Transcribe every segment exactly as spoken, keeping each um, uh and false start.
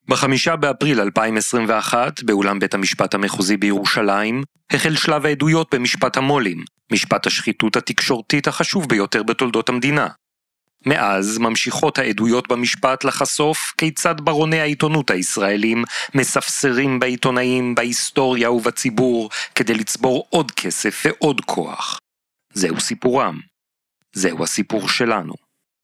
בחמישה באפריל אלפיים עשרים ואחת, באולם בית המשפט המחוזי בירושלים, החל שלב העדויות במשפט המולים, משפט השחיתות התקשורתית החשוב ביותר בתולדות המדינה. מאז ממשיכות העדויות במשפט לחשוף כיצד ברוני העיתונות הישראלים מספסרים בעיתונאים, בהיסטוריה ובציבור כדי לצבור עוד כסף ועוד כוח. זהו סיפורם. זהו הסיפור שלנו.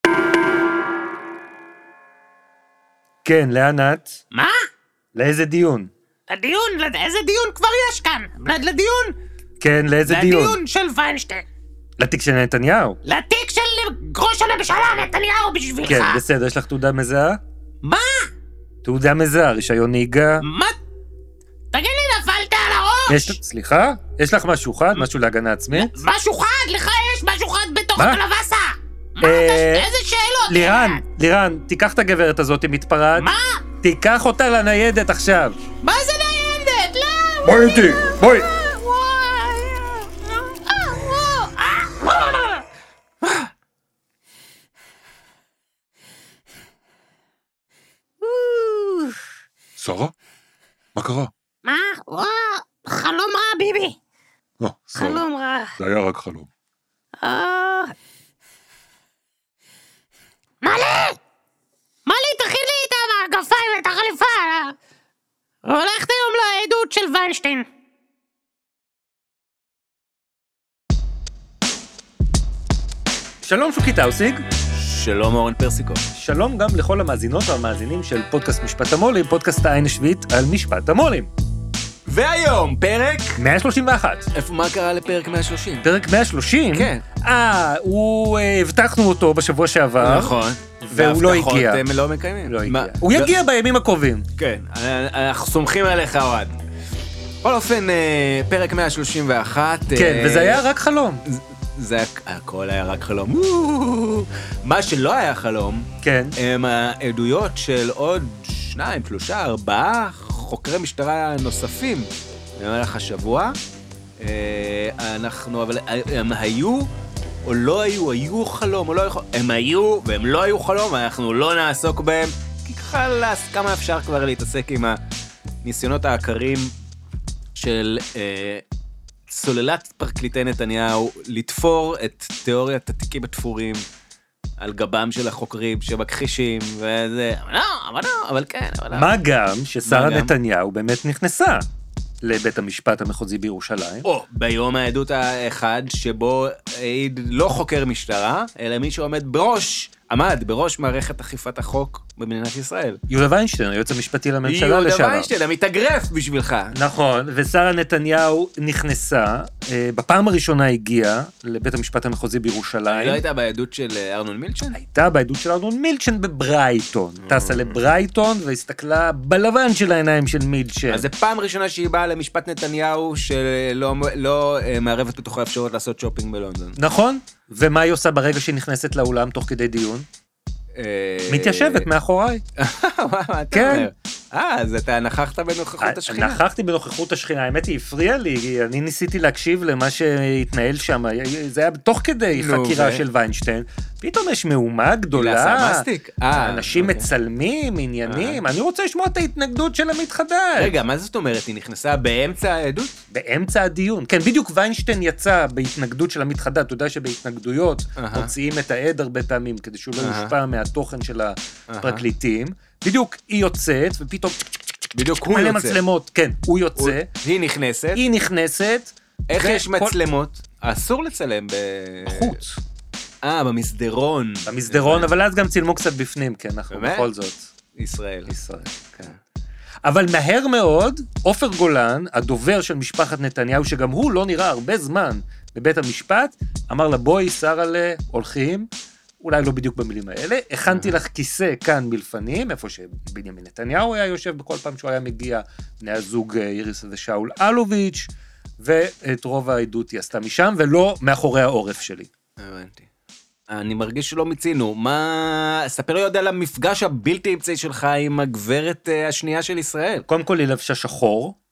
כן, לאן את? מה? לאיזה דיון? לדיון, לאיזה דיון כבר יש כאן? לדיון? כן, לאיזה דיון? לדיון של ויינשטיין. לתיק של נתניהו? לתיק של ראש הממשלה נתניהו בשבילך. כן, בסדר, יש לך תעודה מזהה? מה? תעודה מזהה, רישיון נהיגה? מה? תגיד לי, נפלת על הראש? יש, סליחה? יש לך משהו חד? משהו להגנה עצמית? משהו חד, לך יש משהו חד בתוך מה? הקלבסה. מה אה, אתה, איזה שאלות? לירן, לירן, תיקח את הגברת הזאת עם מתפרעת. מה? תיקח אותה לניידת עכשיו. מה זה ניידת? לא. בואי איתי, בואי. שרה? מה קרה? מה? וואו, חלום רע, ביבי. לא, שרה. חלום רע. זה היה רק חלום. אה... מלי! מלי, תכין לי את המגפיים ואת החליפה. הולכת היום לעדות של ויינשטיין. שלום שוקי טאוסיג. שלום אורן פרסיקו. שלום גם לכל המאזינות והמאזינים של פודקאסט משפט המולים, פודקאסט העין השביעית על משפט המולים. והיום פרק... מאה שלושים ואחת. איפה, מה קרה לפרק מאה שלושים? פרק מאה שלושים? כן. אה, הוא, אה, הבטחנו אותו בשבוע שעבר. נכון. והוא לא הגיע. והבטחות הם לא מקיימים. לא הגיע. מה? הוא יגיע בימים הקרובים. כן, אנחנו סומכים עליך אוהד. בכל אופן, אה, פרק מאה שלושים ואחת... כן, אה, וזה היה רק חלום. זה הכל היה רק חלום. מה שלא היה חלום, כן. הם העדויות של עוד שניים, שלושה, ארבעה חוקרי משטרה נוספים במהלך השבוע. אנחנו, אבל הם היו או לא היו, היו חלום או לא היו חלום, הם היו והם לא היו חלום, אנחנו לא נעסוק בהם, כי חלס, כמה אפשר כבר להתעסק עם הניסיונות העקרים של... סוללת פרקליטי נתניהו, לתפור את תיאוריית התיקים התפורים על גבם של החוקרים שמכחישים, וזה, אבל לא, אבל לא, אבל כן, אבל לא. מה גם ששרה מה גם? נתניהו באמת נכנסה לבית המשפט המחוזי בירושלים. או, ביום העדות האחד שבו העיד לא חוקר משטרה, אלא מי שעומד בראש, עמד בראש מערכת אכיפת החוק במדינת ישראל. יהודה ויינשטיין, היועץ המשפטי לממשלה לשעבר. יהודה ויינשטיין, המתאגרף בשבילך. נכון, ושרה נתניהו נכנסה, בפעם הראשונה הגיעה לבית המשפט המחוזי בירושלים. היא לא הייתה בעדות של ארנון מילצ'ן? הייתה בעדות של ארנון מילצ'ן בברייטון. טסה לברייטון והסתכלה בלבן של העיניים של מילצ'ן. אז זה פעם ראשונה שהיא באה למשפט נתניהו שלא לא, מערבת בתוכה אפשרות לעשות שופינג בלונדון. נכון, ומה היא עושה ברגע שהיא נכנסת לאולם תוך כדי דיון? מתיישבת מאחוריי. כן. אה, אז אתה נכחת בנוכחות השכינה. נכחתי בנוכחות השכינה, האמת היא הפריעה לי, אני ניסיתי להקשיב למה שהתנהל שם, זה היה תוך כדי חקירה של ויינשטיין, פתאום יש מהומה גדולה, אנשים מצלמים, עניינים, אני רוצה לשמוע את ההתנגדות של המתחדש. רגע, מה זאת אומרת? היא נכנסה באמצע העדות? באמצע הדיון, כן, בדיוק ויינשטיין יצא בהתנגדות של המתחדש, אתה יודע שבהתנגדויות מוציאים את העד הרבה פעמים, כדי שהוא לא יושפע מהתוכן של הפרקליטים, בדיוק היא יוצאת, ופתאום... בדיוק הוא יוצא. מצלמות, כן, הוא יוצא. היא נכנסת. היא נכנסת. איך יש מצלמות? אסור לצלם בחוץ. אה, במסדרון. במסדרון, אבל אז גם צילמו קצת בפנים, כן, אנחנו בכל זאת. ישראל. ישראל, כן. אבל מהר מאוד, עופר גולן, הדובר של משפחת נתניהו, שגם הוא לא נראה הרבה זמן בבית המשפט, אמר לה, בואי, שרה, הולכים, אולי לא בדיוק במילים האלה, הכנתי לך כיסא כאן מלפנים, איפה שבנימין נתניהו היה יושב בכל פעם שהוא היה מגיע, בני הזוג איריס ושאול אלוביץ', ואת רוב העדות היא עשתה משם, ולא מאחורי העורף שלי. הבנתי. אני מרגיש שלא מצינו. מה... ספר לי עוד על המפגש הבלתי אמצעי שלך עם הגברת השנייה של ישראל. קודם כל היא לבשה שחור.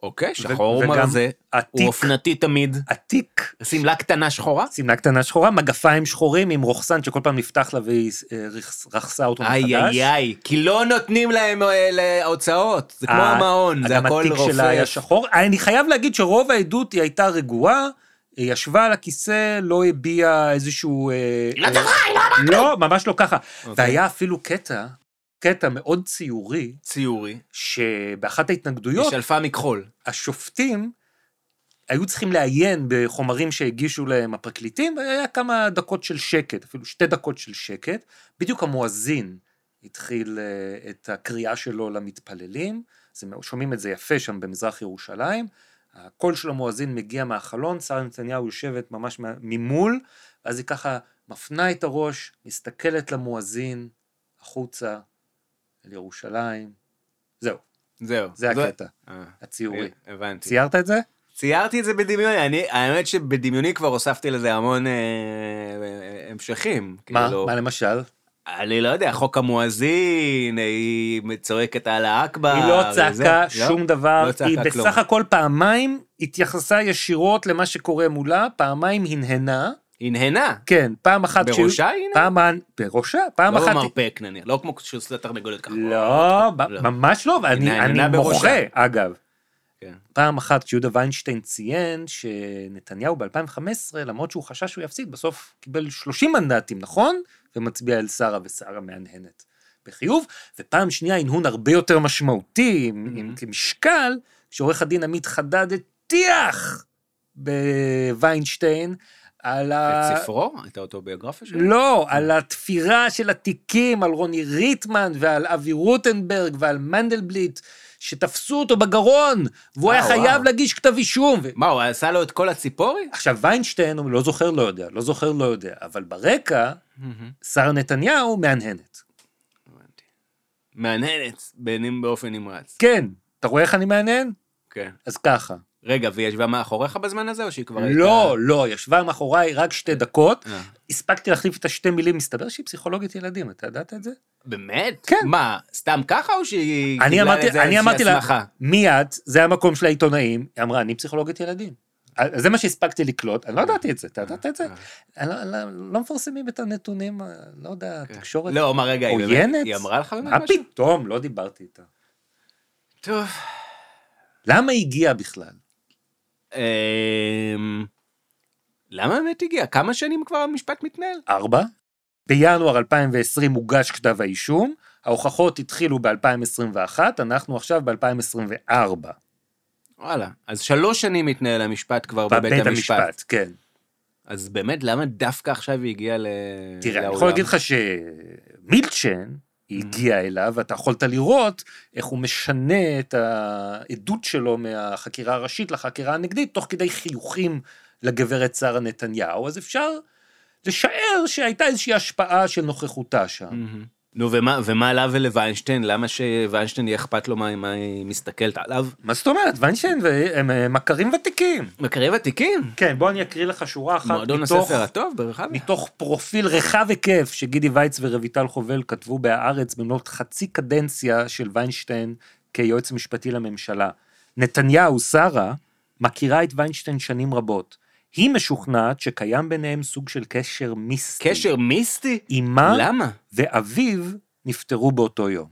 אוקיי, שחור וגם מרזה, עתיק. הוא אופנתי תמיד. עתיק, שמלה קטנה שחורה? שמלה קטנה שחורה, מגפיים שחורים עם רוחסן שכל פעם נפתח לה והיא אה, רכס- רכסה אותו מחדש. איי איי איי, כי לא נותנים להם אה, להוצאות, זה כמו ה- המעון, זה גם הכל התיק שלה היה רופף. שחור. אני חייב להגיד שרוב העדות היא הייתה רגועה, היא ישבה על הכיסא, לא הביעה איזשהו... אה, לא אה, צבחה, היא לא אמרה. לא, ממש לא ככה. אוקיי. והיה אפילו קטע, קטע מאוד ציורי, ציורי, שבאחת ההתנגדויות, יש אלפה מכחול. השופטים היו צריכים לעיין בחומרים שהגישו להם הפרקליטים, והיה כמה דקות של שקט, אפילו שתי דקות של שקט, בדיוק המואזין התחיל אה, את הקריאה שלו למתפללים, אז הם שומעים את זה יפה שם במזרח ירושלים, הקול של המואזין מגיע מהחלון, שרה נתניהו יושבת ממש ממול, ואז היא ככה מפנה את הראש, מסתכלת למואזין, החוצה, אל ירושלים, זהו, זהו. זה הקטע, אה, הציורי. הבנתי. ציירת את זה? ציירתי את זה בדמיוני, אני, האמת שבדמיוני כבר הוספתי לזה המון אה, אה, המשכים. מה? כאילו, מה למשל? אני לא יודע, חוק המואזין, היא צועקת על האקבר. היא לא וזה. צעקה לא? שום דבר, לא צעקה היא כלום. בסך הכל פעמיים התייחסה ישירות למה שקורה מולה, פעמיים הנהנה, הנהנה. כן, פעם אחת... בראשה כשהוא- הנהנה? פעם, בראשה, פעם לא אחת... במרפק נניח, לא כמו שעושה תרנגולת ככה. לא, ב- ממש לא, ואני הנהנה אני בראשה. מוחה, אגב. כן. פעם אחת כשיהודה ויינשטיין ציין שנתניהו ב-אלפיים וחמש עשרה, למרות שהוא חשש שהוא יפסיד, בסוף קיבל שלושים מנדטים, נכון? ומצביע אל שרה, ושרה מהנהנת בחיוב. ופעם שנייה הנהון הרבה יותר משמעותי, עם, עם כמשקל, כשעורך הדין עמית חדד הטיח בוויינשטיין, על ה... את ספרו? את האוטוביוגרפיה שלו? לא, על התפירה של התיקים, על רוני ריטמן, ועל אבי רוטנברג, ועל מנדלבליט, שתפסו אותו בגרון, והוא היה אה, חייב וואו. להגיש כתב אישום. ו... מה, הוא עשה לו את כל הציפורי? עכשיו, ויינשטיין, הוא לא זוכר, לא יודע, לא זוכר, לא יודע, אבל ברקע, שרה נתניהו מהנהנת. מעניינת, בינים באופן נמרץ. כן, אתה רואה איך אני מהנהן? כן. אז ככה. רגע, והיא ישבה מאחוריך בזמן הזה, או שהיא כבר הייתה... לא, לא, ישבה מאחוריי רק שתי דקות, אה. הספקתי להחליף את השתי מילים, מסתבר שהיא פסיכולוגית ילדים, אתה ידעת את זה? באמת? כן. מה, סתם ככה או שהיא אני קיבלה אמרתי, לזה אני איזושהי אמרתי לה, הסמכה? מי את? זה המקום של העיתונאים. היא אמרה, אני פסיכולוגית ילדים. זה מה שהספקתי לקלוט, אני לא ידעתי את זה, אתה ידעת את זה? אני לא- לא לא מפרסמים את הנתונים, לא יודע, תקשורת לא, מה רגע, היא באמת- עוינת? היא אמרה לך באמת מה משהו? פתאום? לא דיברתי איתה. טוב. למה היא הגיעה בכלל? אמ, למה באמת הגיע? כמה שנים כבר המשפט מתנהל? ארבע. בינואר אלפיים ועשרים מוגש כתב האישום, ההוכחות התחילו ב-אלפיים עשרים ואחת, אנחנו עכשיו ב-אלפיים עשרים וארבע. וואלה, אז שלוש שנים מתנהל המשפט כבר בבית בבית המשפט. המשפט, כן. אז באמת, למה דווקא עכשיו היא הגיעה ל... תראה, אני לאולם? יכול להגיד לך שמילצ'ן הגיע אליו, ואתה יכולת לראות איך הוא משנה את העדות שלו מהחקירה הראשית לחקירה הנגדית, תוך כדי חיוכים לגברת שרה נתניהו, אז אפשר לשער שהייתה איזושהי השפעה של נוכחותה שם. מהמם. נו, ומה, ומה לה ולוויינשטיין? למה שוויינשטיין יהיה אכפת לו מה, מה היא מסתכלת עליו? מה זאת אומרת? ויינשטיין הם אה, מכרים ותיקים. מכרים ותיקים? כן, בוא אני אקריא לך שורה אחת מועדון מתוך, הספר הטוב ברחבי. מתוך פרופיל רחב היקף שגידי וייץ ורויטל חובל כתבו בהארץ במלאת חצי קדנציה של ויינשטיין כיועץ משפטי לממשלה. נתניהו, שרה, מכירה את ויינשטיין שנים רבות. היא משוכנעת שקיים ביניהם סוג של קשר מיסטי. קשר מיסטי? אימה למה? ואביו נפטרו באותו יום.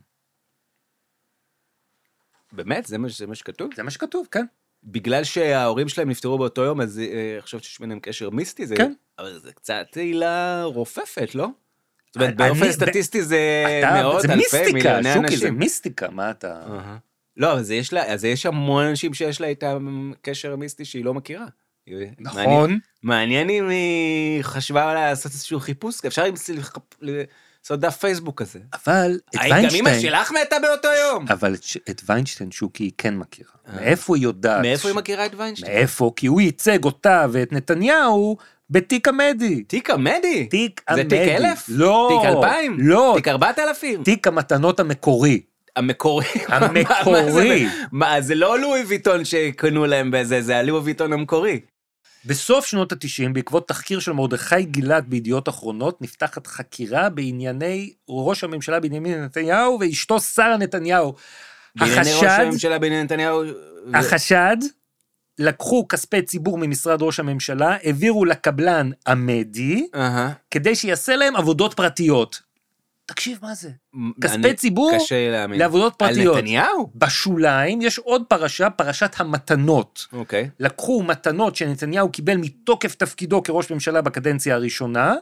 באמת? זה מה, זה מה שכתוב? זה מה שכתוב, כן. בגלל שההורים שלהם נפטרו באותו יום, אז אה, חשבתי שיש ביניהם קשר מיסטי? זה... כן. אבל זה קצת עילה רופפת, לא? זאת אומרת, אני- באופן סטטיסטי זה אתה- מאות, זה אלפי, מיסטיקה, מיליוני שוקי, זה אנשים. מיסטיקה, מה אתה... אהה. לא, אבל זה יש לה, אז יש המון אנשים שיש לה איתם קשר מיסטי שהיא לא מכירה. מעניין- נכון. מעניין אם היא חשבה לעשות איזשהו חיפוש, אפשר לעשות דף פייסבוק כזה. אבל את גם אמא ויינשטיין... שלך מתה באותו יום. אבל את ש- את ויינשטיין שוקי היא כן מכירה. מאיפה היא יודעת? מאיפה היא ש- מכירה את ויינשטיין? מאיפה? כי הוא ייצג אותה ואת נתניהו בתיק המדי. תיק המדי? תיק זה המדי. תיק אלף? לא. תיק אלפיים? לא. תיק ארבעת אלפים? תיק המתנות המקורי. המקורי. המקורי. מה זה? מה, זה לא לואי ויטון שקנו להם בזה, זה הלואי ויטון המקורי. בסוף שנות ה-תשעים, בעקבות תחקיר של מרדכי גילת בידיעות אחרונות, נפתחת חקירה בענייני ראש הממשלה בנימין נתניהו ואשתו שרה נתניהו. בענייני ראש החשד- הממשלה בנימין נתניהו... החשד, לקחו כספי ציבור ממשרד ראש הממשלה, העבירו לקבלן המדי, אהה. כדי שיעשה להם עבודות פרטיות. תקשיב מה זה? כספי אני- ציבור קשה להאמין. לעבודות פרטיות. על נתניהו? בשוליים יש עוד פרשה, פרשת המתנות. אוקיי. לקחו מתנות שנתניהו קיבל מתוקף תפקידו כראש ממשלה בקדנציה הראשונה,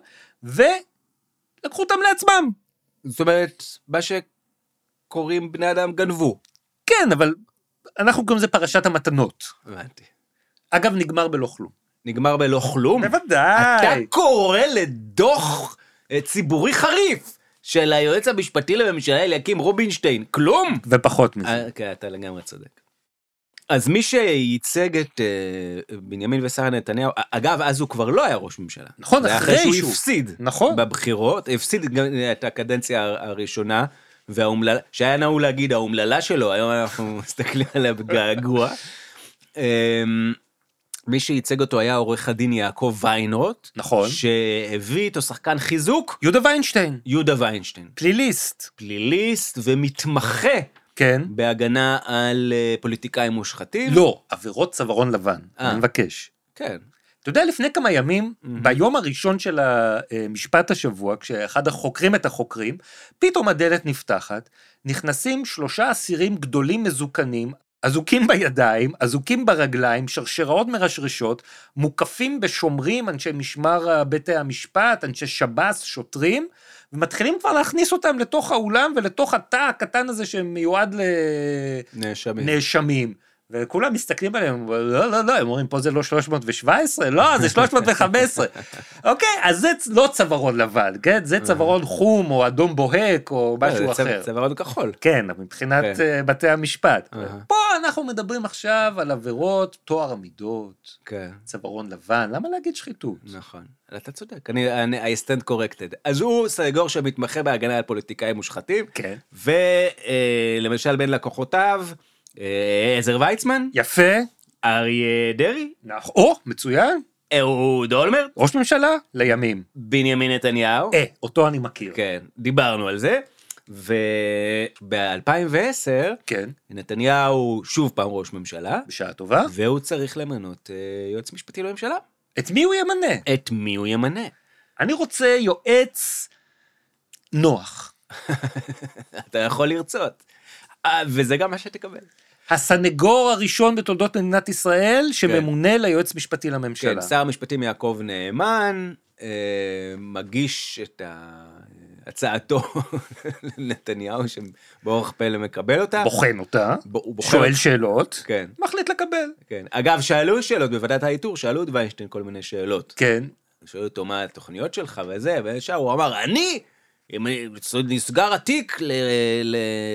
ולקחו אותם לעצמם. זאת אומרת, מה שקוראים בני אדם גנבו. כן, אבל אנחנו קוראים לזה פרשת המתנות. הבנתי. אגב, נגמר בלא כלום. נגמר בלא כלום? אתה בוודאי. קורא לדוח אה, ציבורי חריף של היועץ המשפטי לממשלה אליקים רובינשטיין. כלום? ופחות מזה. אה, כן, אתה לגמרי צודק. אז מי שייצג את אה, בנימין ושרה נתניהו, אגב, אז הוא כבר לא היה ראש ממשלה. נכון, זה היה אחרי שהוא שהוא. הפסיד נכון. בבחירות, הפסיד גם את הקדנציה הראשונה, והאומללה, שהיה נהוג להגיד, האומללה שלו, היום אנחנו מסתכלים עליה בגעגוע. אמ, מי שייצג אותו היה עורך הדין יעקב ויינרוט, נכון. שהביא איתו שחקן חיזוק, יהודה ויינשטיין, יהודה ויינשטיין. פליליסט. פליליסט ומתמחה כן. בהגנה על אה, פוליטיקאים מושחתים. לא, עבירות צווארון לבן. אה. אני מבקש. כן. אתה יודע, לפני כמה ימים, ביום הראשון של המשפט השבוע, כשאחד החוקרים את החוקרים, פתאום הדלת נפתחת, נכנסים שלושה אסירים גדולים מזוקנים, אזוקים בידיים, אזוקים ברגליים, שרשראות מרשרשות, מוקפים בשומרים, אנשי משמר בתי המשפט, אנשי שב"ס, שוטרים, ומתחילים כבר להכניס אותם לתוך האולם, ולתוך התא הקטן הזה שמיועד נאשמים. לנאשמים. וכולם מסתכלים עליהם, לא, לא, לא, הם אומרים, פה זה לא שלוש מאות ושבע עשרה, לא, זה שלוש מאות וחמש עשרה. אוקיי, אז זה לא צווארון לבן, כן? זה צווארון חום, או אדום בוהק, או משהו אחר. צווארון כחול. כן, מבחינת כן. בתי המשפט. אהה. פה אנחנו מדברים עכשיו על עבירות, טוהר המידות, כן. צווארון לבן, למה להגיד שחיתות? נכון, אתה צודק, אני, אני, I stand corrected. אז הוא סנגור שמתמחה בהגנה על פוליטיקאים מושחתים, כן. ולמשל בין לקוחותיו, אה, עזר ויצמן, יפה, אריה דרעי, נכון, או, מצוין, אהוד אולמרט, ראש ממשלה לימים. בנימין נתניהו, אה, אותו אני מכיר. כן, דיברנו על זה, וב-אלפיים ועשר, כן, נתניהו שוב פעם ראש ממשלה, בשעה טובה. והוא צריך למנות אה, יועץ משפטי לממשלה. את מי הוא ימנה? את מי הוא ימנה? אני רוצה יועץ נוח. אתה יכול לרצות. אה, וזה גם מה שתקבל. הסנגור הראשון בתולדות מדינת ישראל שממונה ליועץ משפטי לממשלה. כן, שר המשפטים יעקב נאמן, אה, מגיש את הצעתו לנתניהו, שבאורח פלא מקבל אותה. בוחן אותה, ב- הוא בוחר שואל אותה. שאלות, כן, מחליט לקבל. כן. אגב, שאלו שאלות בוועדת האיתור, שאלו את ויינשטיין כל מיני שאלות. כן, שאלו אותו מה התוכניות שלך וזה, וישר הוא אמר, אני, אם נסגר התיק ל- ל-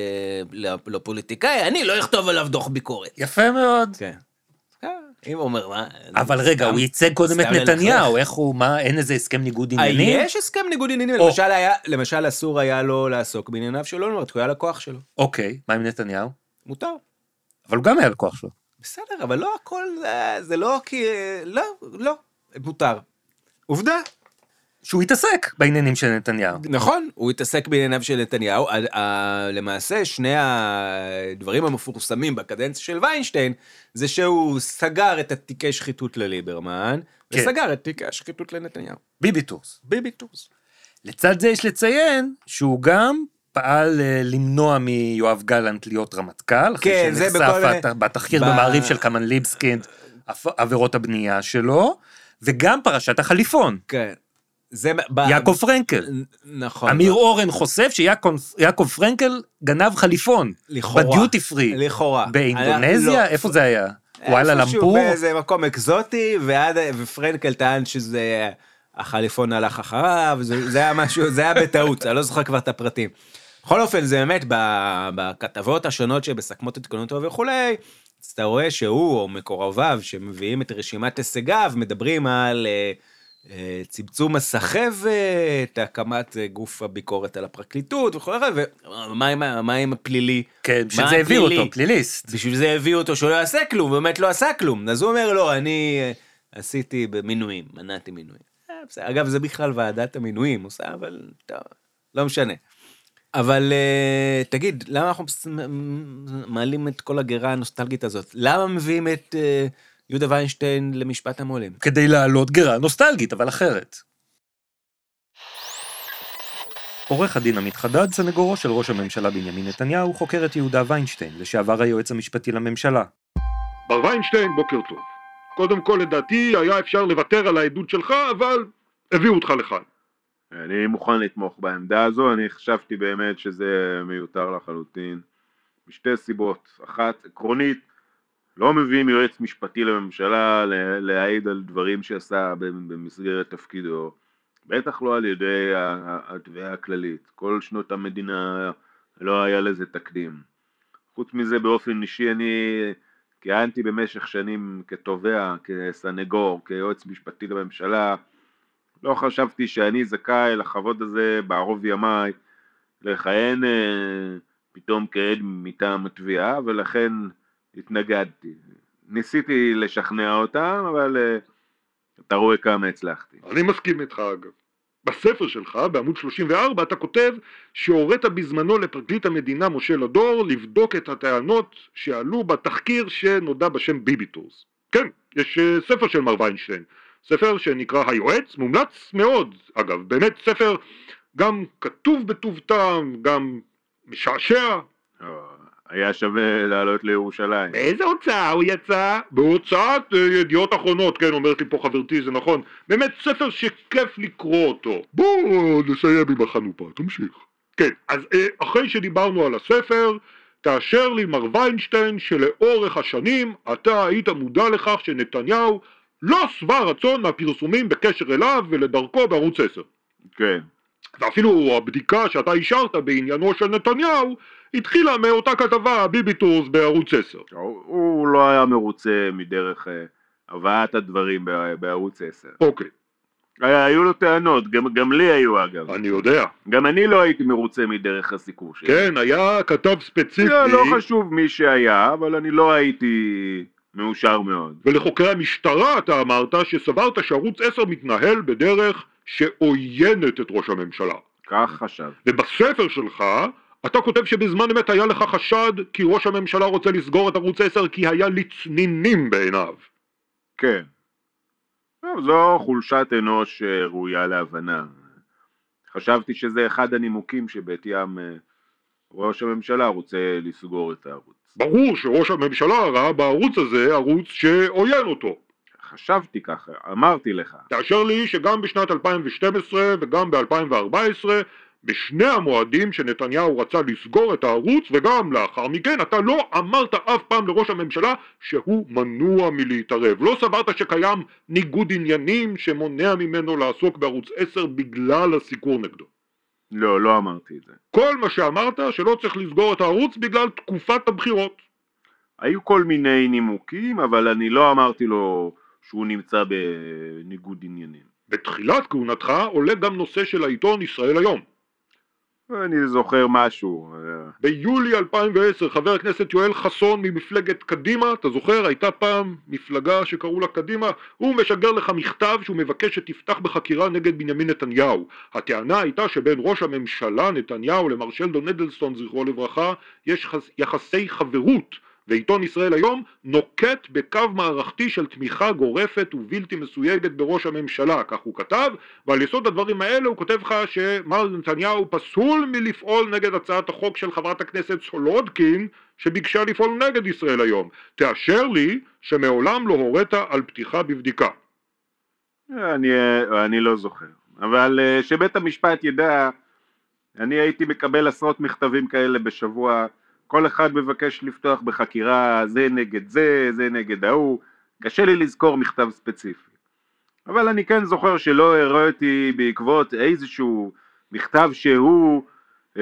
ל- לפוליטיקאי, אני לא אכתוב עליו דוח ביקורת. יפה מאוד. כן. אם הוא אומר, מה? אבל רגע, סתם- הוא ייצג קודם את סתם נתניהו, ללכלך. איך הוא, מה, אין איזה הסכם ניגוד אה, עניינים? יש הסכם ניגוד עניינים, או. למשל היה, למשל אסור היה לו לעסוק בענייניו של אולמרט, הוא היה לקוח שלו. אוקיי, מה עם נתניהו? מותר. אבל הוא גם היה לקוח שלו. בסדר, אבל לא הכל, זה- זה לא כי... לא, לא, מותר. עובדה. שהוא יתעסק בעניינים של נתניהו. נכון, הוא התעסק בענייניו של נתניהו, ה- ה- למעשה שני הדברים המפורסמים בקדנציה של ויינשטיין, זה שהוא סגר את התיקי שחיתות לליברמן, כן. וסגר את תיקי השחיתות לנתניהו. ביבי טורס. ביבי טורס. לצד זה יש לציין שהוא גם פעל אה, למנוע מיואב גלנט להיות רמטכ"ל, אחרי כן, זה שנחשף בכל מיני- הת- בתחקיר ב- במעריב של קמן ליבסקינד, עפ- עבירות הבנייה שלו, וגם פרשת החליפון, כן. זה... ב- יעקב פרנקל. נכון. אמיר אורן חושף שיעקב פרנקל גנב חליפון, לכאורה. בדיוטי פרי, לכאורה. באינדונזיה, לא. איפה זה היה? וואלה איפשהו למפור? באיזה מקום אקזוטי, ועד, ופרנקל טען שזה, החליפון הלך אחריו, זה, זה היה משהו, זה היה בטעות, אני לא זוכר כבר את הפרטים. בכל אופן, זה באמת, ב- בכתבות השונות שבסכמות עדכנותו וכולי, אז אתה רואה שהוא, או מקורביו, שמביאים את רשימת הישגיו, מדברים על אה, אה, צמצום הסחבת, הקמת אה, גוף הביקורת על הפרקליטות וכולי, ומה עם, מה עם הפלילי? כן, בשביל מה זה הביאו הפלילי? אותו, פליליסט. בשביל זה הביאו אותו שהוא לא יעשה כלום, באמת לא עשה כלום. אז הוא אומר, לא, אני אה, עשיתי במינויים, מנעתי מינויים. אה, בסדר. אגב, זה בכלל ועדת המינויים עושה, אבל טוב, לא משנה. אבל uh, תגיד, למה אנחנו מעלים את כל הגרה הנוסטלגית הזאת? למה מביאים את uh, יהודה ויינשטיין למשפט המו"לים? כדי להעלות גרה נוסטלגית, אבל אחרת. עורך הדין עמית חדד, סנגורו של ראש הממשלה בנימין נתניהו, חוקר את יהודה ויינשטיין, לשעבר היועץ המשפטי לממשלה. בר ויינשטיין, בוקר טוב. קודם כל, לדעתי, היה אפשר לוותר על העדות שלך, אבל הביאו אותך לכאן. אני מוכן לתמוך בעמדה הזו, אני חשבתי באמת שזה מיותר לחלוטין. משתי סיבות. אחת, עקרונית, לא מביאים יועץ משפטי לממשלה להעיד על דברים שעשה במסגרת תפקידו. בטח לא על ידי התביעה הכללית. כל שנות המדינה לא היה לזה תקדים. חוץ מזה, באופן אישי, אני כיהנתי במשך שנים כתובע, כסנגור, כיועץ משפטי לממשלה. לא חשבתי שאני זכאי לכבוד הזה בערוב ימיי לכהן אה, פתאום כעד מטעם התביעה, ולכן התנגדתי. ניסיתי לשכנע אותם, אבל אה, אתה רואה כמה הצלחתי. אני מסכים איתך אגב. בספר שלך, בעמוד שלושים וארבע, אתה כותב שהורית בזמנו לפרקליט המדינה משה לדור לבדוק את הטענות שעלו בתחקיר שנודע בשם ביביטורס. כן, יש uh, ספר של מר ויינשטיין. ספר שנקרא היועץ, מומלץ מאוד, אגב, באמת ספר גם כתוב בטוב טעם, גם משעשע. היה שווה לעלות לירושלים. באיזה הוצאה הוא יצא? בהוצאת uh, ידיעות אחרונות, כן, אומרת לי פה חברתי, זה נכון. באמת ספר שכיף לקרוא אותו. בואו נסיים עם החנופה, תמשיך. כן, אז uh, אחרי שדיברנו על הספר, תאשר לי מר ויינשטיין שלאורך השנים אתה היית מודע לכך שנתניהו לא שבע רצון מהפרסומים בקשר אליו ולדרכו בערוץ עשר. כן. ואפילו הבדיקה שאתה אישרת בעניינו של נתניהו התחילה מאותה כתבה ביביטורס בערוץ עשר. הוא, הוא לא היה מרוצה מדרך הבאת הדברים בערוץ עשר. אוקיי. היו לו טענות, גם, גם לי היו אגב. אני יודע. גם אני לא הייתי מרוצה מדרך הסיקור שלי. כן, היה כתב ספציפי. לא, לא חשוב מי שהיה, אבל אני לא הייתי מאושר מאוד. ולחוקרי המשטרה אתה אמרת שסברת שערוץ עשר מתנהל בדרך שעוינת את ראש הממשלה. כך חשב. ובספר שלך אתה כותב שבזמן אמת היה לך חשד כי ראש הממשלה רוצה לסגור את ערוץ עשר כי היה לצנינים בעיניו. כן. זו חולשת אנוש ראויה להבנה. חשבתי שזה אחד הנימוקים שבעתיים ראש הממשלה רוצה לסגור את הערוץ. ברור שראש הממשלה ראה בערוץ הזה ערוץ שעוין אותו. חשבתי ככה, אמרתי לך. תאשר לי שגם בשנת אלפיים ושתים עשרה וגם ב-אלפיים וארבע עשרה, בשני המועדים שנתניהו רצה לסגור את הערוץ, וגם לאחר מכן אתה לא אמרת אף פעם לראש הממשלה שהוא מנוע מלהתערב. לא סברת שקיים ניגוד עניינים שמונע ממנו לעסוק בערוץ עשר בגלל הסיקור נגדו. לא, לא אמרתי את זה. כל מה שאמרת שלא צריך לסגור את הערוץ בגלל תקופת הבחירות. היו כל מיני נימוקים, אבל אני לא אמרתי לו שהוא נמצא בניגוד עניינים. בתחילת כהונתך עולה גם נושא של העיתון ישראל היום. אני זוכר משהו. ביולי אלפיים ועשר חבר הכנסת יואל חסון ממפלגת קדימה, אתה זוכר? הייתה פעם מפלגה שקראו לה קדימה, הוא משגר לך מכתב שהוא מבקש שתפתח בחקירה נגד בנימין נתניהו. הטענה הייתה שבין ראש הממשלה נתניהו למר שלדון אדלסון זכרו לברכה יש יחסי חברות, ועיתון ישראל היום נוקט בקו מערכתי של תמיכה גורפת ובלתי מסויגת בראש הממשלה, כך הוא כתב, ועל יסוד הדברים האלה הוא כותב לך שמר נתניהו פסול מלפעול נגד הצעת החוק של חברת הכנסת סולודקין שביקשה לפעול נגד ישראל היום. תאשר לי שמעולם לא הורית על פתיחה בבדיקה. אני, אני לא זוכר, אבל שבית המשפט ידע, אני הייתי מקבל עשרות מכתבים כאלה בשבוע, כל אחד מבקש לפתוח בחקירה, זה נגד זה, זה נגד ההוא, קשה לי לזכור מכתב ספציפי. אבל אני כן זוכר שלא הראיתי בעקבות איזשהו מכתב שהוא, אה,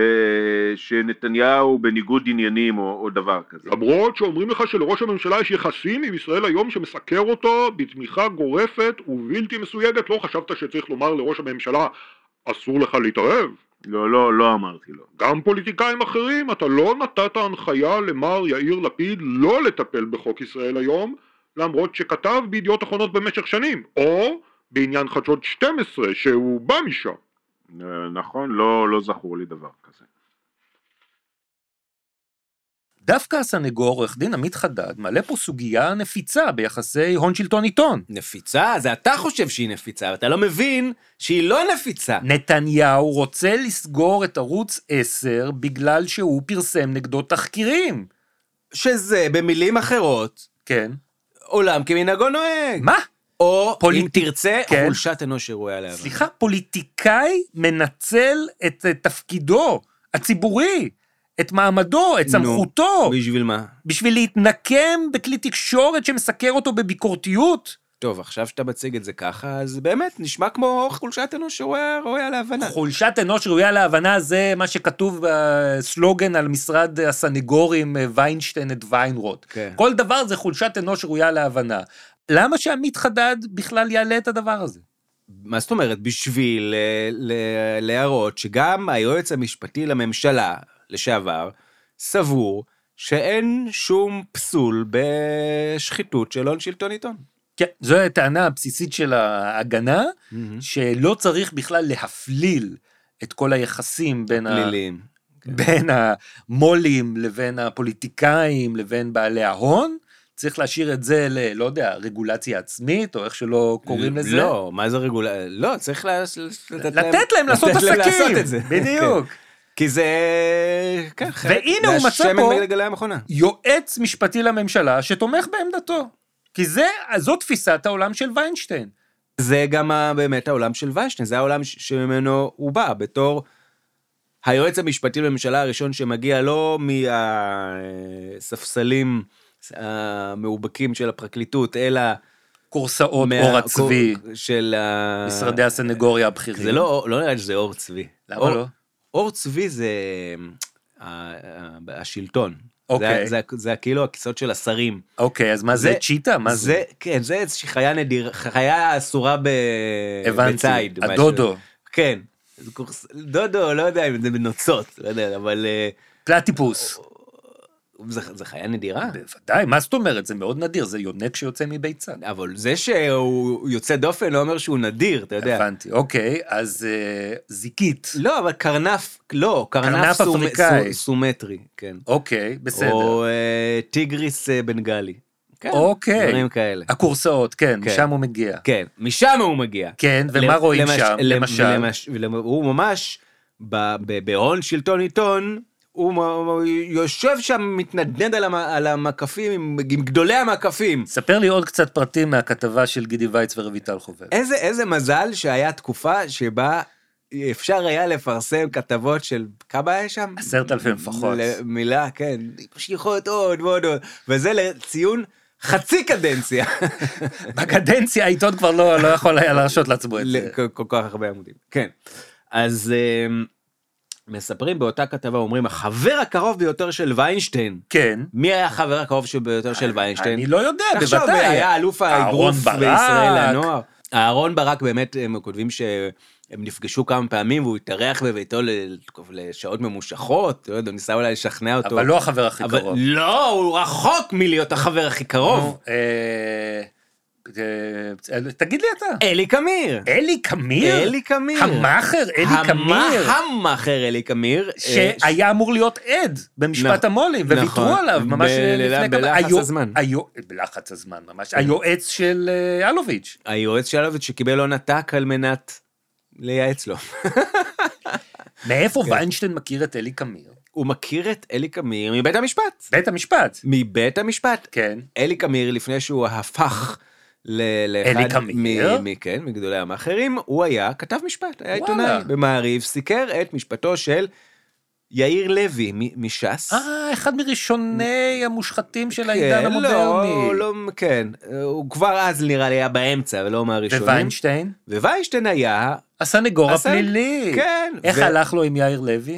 שנתניהו בניגוד עניינים או, או דבר כזה. למרות שאומרים לך שלראש הממשלה יש יחסים עם ישראל היום שמסקר אותו בתמיכה גורפת ובלתי מסויגת, לא חשבת שצריך לומר לראש הממשלה, אסור לך להתערב? לא, לא, לא אמרתי לו. גם פוליטיקאים אחרים, אתה לא נתת הנחיה למר יאיר לפיד לא לטפל בחוק ישראל היום, למרות שכתב בידיעות אחרונות במשך שנים, או בעניין חדשות שתים עשרה שהוא בא משם. נכון, לא, לא זכור לי דבר כזה. דווקא הסנגור, עורך דין עמית חדד, מעלה פה סוגיה נפיצה ביחסי הון שלטון עיתון. נפיצה? זה אתה חושב שהיא נפיצה, אתה לא מבין שהיא לא נפיצה. נתניהו רוצה לסגור את ערוץ עשר בגלל שהוא פרסם נגדו תחקירים. שזה, במילים אחרות, כן. עולם כמנהגו נוהג. מה? או, פוליט... אם תרצה, כן. חולשת אנוש שראויה להבנה. סליחה, פוליטיקאי מנצל את תפקידו הציבורי, את מעמדו, את סמכותו. בשביל מה? בשביל להתנקם בכלי תקשורת שמסקר אותו בביקורתיות. טוב, עכשיו שאתה מציג את זה ככה, אז באמת נשמע כמו חולשת אנוש שראויה להבנה. חולשת אנוש ראויה להבנה זה מה שכתוב בסלוגן על משרד הסנגורים ויינשטיין את ויינרוט. כן. כל דבר זה חולשת אנוש ראויה להבנה. למה שעמית חדד בכלל יעלה את הדבר הזה? מה זאת אומרת? בשביל להראות שגם היועץ המשפטי לממשלה לשעבר סבור שאין שום פסול בשחיתות של הון שלטון עיתון. כן, זו הטענה הבסיסית של ההגנה, mm-hmm. שלא צריך בכלל להפליל את כל היחסים בין, ה... כן. בין המולים לבין הפוליטיקאים לבין בעלי ההון, צריך להשאיר את זה ל, לא יודע, רגולציה עצמית, או איך שלא קוראים לזה. לא, מה זה רגולציה? לא, צריך לה... לתת, לתת להם לעשות עסקים. לעשות את זה. בדיוק. כן. כי זה... כן, והנה הוא מצא פה יועץ משפטי לממשלה שתומך בעמדתו. כי זה, זו תפיסת העולם של ויינשטיין. זה גם באמת העולם של ויינשטיין, זה העולם שממנו הוא בא, בתור היועץ המשפטי לממשלה הראשון שמגיע לא מהספסלים המאובקים של הפרקליטות, אלא... קורסאות אור הצבי של משרדי הסנגוריה הבכירים. זה לא, לא נראה שזה אור צבי. למה לא? אור צבי זה השלטון. אוקיי. זה, זה, זה כאילו הכיסות של השרים. אוקיי, אז מה זה, זה צ'יטה? מה זה? זה? כן, זה איזושהי חיה נדיר, חיה אסורה ב... הבנתי, בצייד. הדודו. משהו. כן. דודו, לא יודע אם זה בנוצות, לא יודע, אבל... פלטיפוס. זה, זה חיה נדירה? בוודאי, מה זאת אומרת? זה מאוד נדיר, זה יונק שיוצא מביצה. אבל זה שהוא יוצא דופן לא אומר שהוא נדיר, אתה יודע. הבנתי, אוקיי, אז uh, זיקית. לא, אבל קרנף, לא, קרנף, קרנף סומ, אפריקאי. סו, סומטרי, כן. אוקיי, בסדר. או uh, טיגריס uh, בנגלי. כן, אוקיי. דברים כאלה. הקורסאות, כן, כן. משם הוא מגיע. כן, משם הוא מגיע. כן, ומה רואים למש, שם, למשל? למש, הוא ממש, בהון שלטון עיתון, הוא יושב שם, מתנדנד על המקפים, עם גדולי המקפים. ספר לי עוד קצת פרטים מהכתבה של גידי וייץ ורביטל חובל. איזה, איזה מזל שהיה תקופה שבה אפשר היה לפרסם כתבות של כמה היה שם? עשרת אלפים לפחות. מילה, כן, פשיחות עוד ועוד עוד, וזה לציון חצי קדנציה. בקדנציה העיתון כבר לא, לא יכול היה להרשות לעצמו את זה. כל כך הרבה עמודים, כן. אז... מספרים באותה כתבה, אומרים, החבר הקרוב ביותר של ויינשטיין. כן. מי היה החבר הקרוב ביותר של ויינשטיין? אני לא יודע, בוודאי. עכשיו היה אלוף האגרוף בישראל לנוער. אהרון ברק באמת, הם כותבים שהם נפגשו כמה פעמים, והוא התארח בביתו לשעות ממושכות, לא יודע, ניסה אולי לשכנע אותו. אבל לא החבר הכי קרוב. לא, הוא רחוק מלהיות החבר הכי קרוב. תגיד לי אתה. אלי קמיר. אלי קמיר? אלי קמיר. המאחר אלי קמיר. המאחר אלי קמיר. שהיה אמור להיות עד במשפט המולים, וויתרו עליו ממש לפני כמה... בלחץ הזמן. בלחץ הזמן ממש. היועץ של אלוביץ'. היועץ של אלוביץ' שקיבל לו נתק על מנת לייעץ לו. מאיפה ויינשטיין מכיר את אלי קמיר? הוא מכיר את אלי קמיר מבית המשפט. בית המשפט. מבית המשפט. כן. אלי קמיר, לפני שהוא הפך אלי קמיר? כן, מגדולי המאחרים, הוא היה כתב משפט, היה עיתונאי במעריב, סיקר את משפטו של יאיר לוי מש"ס. אה, אחד מראשוני המושחתים של העידן המודרני. לא, כן, הוא כבר אז נראה לי היה באמצע, ולא מהראשונים. וויינשטיין? וויינשטיין היה... הסנגור הפלילי. כן. איך הלך לו עם יאיר לוי?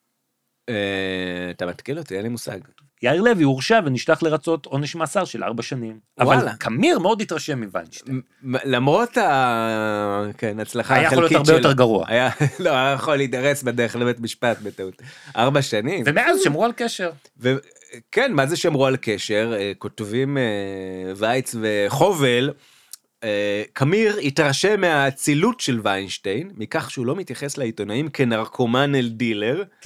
אתה מתקיל אותי, אין לי מושג. יאיר לוי הורשע ונשלח לרצות עונש מאסר של ארבע שנים. אבל קמיר מאוד התרשם מוויינשטיין. למרות ההצלחה החלקית שלו. היה יכול להיות הרבה יותר גרוע. לא, היה יכול להידרס בדרך לבית משפט בטעות. ארבע שנים. ומאז שמרו על קשר. כן, מה זה שמרו על קשר? כותבים וייץ וחובל, קמיר התרשם מהאצילות של ויינשטיין, מכך שהוא לא מתייחס לעיתונאים כנרקומן אל דילר, כן.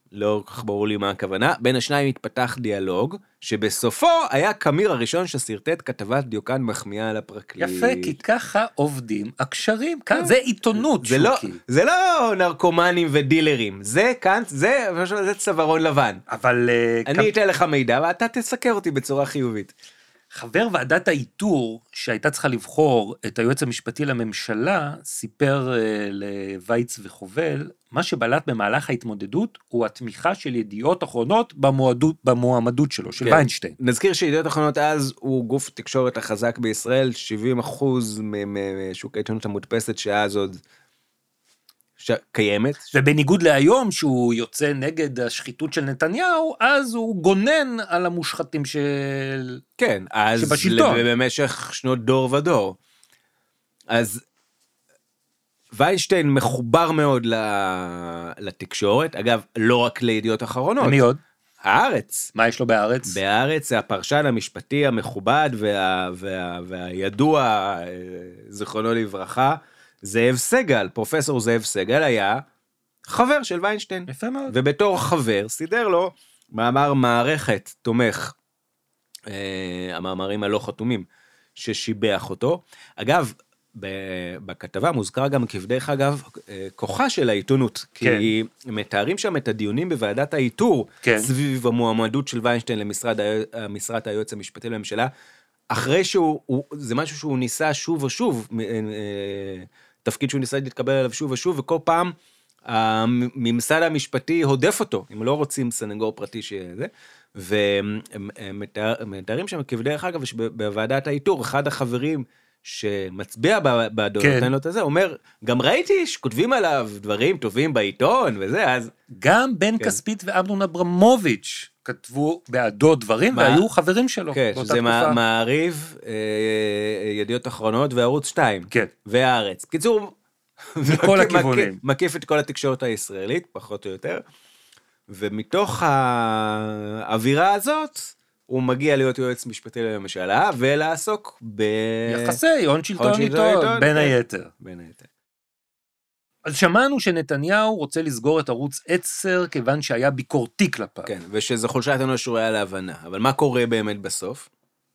לא כל כך ברור לי מה הכוונה, בין השניים התפתח דיאלוג, שבסופו היה קמיר הראשון שסרטט כתבת דיוקן מחמיאה על הפרקליט. יפה, כי ככה עובדים הקשרים, כאן זה עיתונות, זה לא, שוקי. זה לא נרקומנים ודילרים, זה כאן, זה, זה צווארון לבן. אבל... אני אתן לך מידע, ואתה תסקר אותי בצורה חיובית. חבר ועדת האיתור, שהייתה צריכה לבחור את היועץ המשפטי לממשלה, סיפר uh, לוויץ וחובל, מה שבלט במהלך ההתמודדות, הוא התמיכה של ידיעות אחרונות במועדות, במועמדות שלו, של כן. ויינשטיין. נזכיר שידיעות אחרונות אז הוא גוף תקשורת החזק בישראל, שבעים אחוז משוק העיתונות המודפסת שאז עוד קיימת. ובניגוד להיום שהוא יוצא נגד השחיתות של נתניהו, אז הוא גונן על המושחתים של... כן, אז שבשלטון. במשך שנות דור ודור. אז ויינשטיין מחובר מאוד לתקשורת, אגב, לא רק לידיעות אחרונות. ומי עוד? הארץ. מה יש לו בארץ? בארץ הפרשן המשפטי המכובד וה, וה, והידוע, זיכרונו לברכה, זאב סגל, פרופסור זאב סגל היה חבר של ויינשטיין. יפה מאוד. ובתור חבר סידר לו מאמר מערכת תומך, אה, המאמרים הלא חתומים, ששיבח אותו. אגב, בכתבה מוזכר גם כבדרך אגב, כוחה של העיתונות, כן. כי מתארים שם את הדיונים בוועדת האיתור, כן. סביב המועמדות של ויינשטיין למשרד המשרת היועץ המשפטי לממשלה, אחרי שהוא, הוא, זה משהו שהוא ניסה שוב ושוב, תפקיד שהוא ניסה להתקבל עליו שוב ושוב, וכל פעם הממסד המשפטי הודף אותו, אם לא רוצים סנגור פרטי שזה, ומתארים שם כבדרך אגב, בוועדת האיתור, אחד החברים שמצביע בעדו, כן. נותן לו את זה, אומר, גם ראיתי שכותבים עליו דברים טובים בעיתון, וזה, אז... גם בן כן. כספית ואמנון אברמוביץ' כתבו בעדו דברים, מה? והיו חברים שלו. כן, שזה מעריב, אה, ידיעות אחרונות, וערוץ שתיים. כן. והארץ. קיצור, מכל הכיוונים. מקיף את כל התקשורת הישראלית, פחות או יותר, ומתוך האווירה הזאת, הוא מגיע להיות יועץ משפטי לממשלה, ולעסוק ב... יחסי, הון שלטון איתו, בין היתר. בין היתר. אז שמענו שנתניהו רוצה לסגור את ערוץ עשר, כיוון שהיה ביקורתי כלפיו. כן, ושזו חולשת אנוש ראויה להבנה. אבל מה קורה באמת בסוף?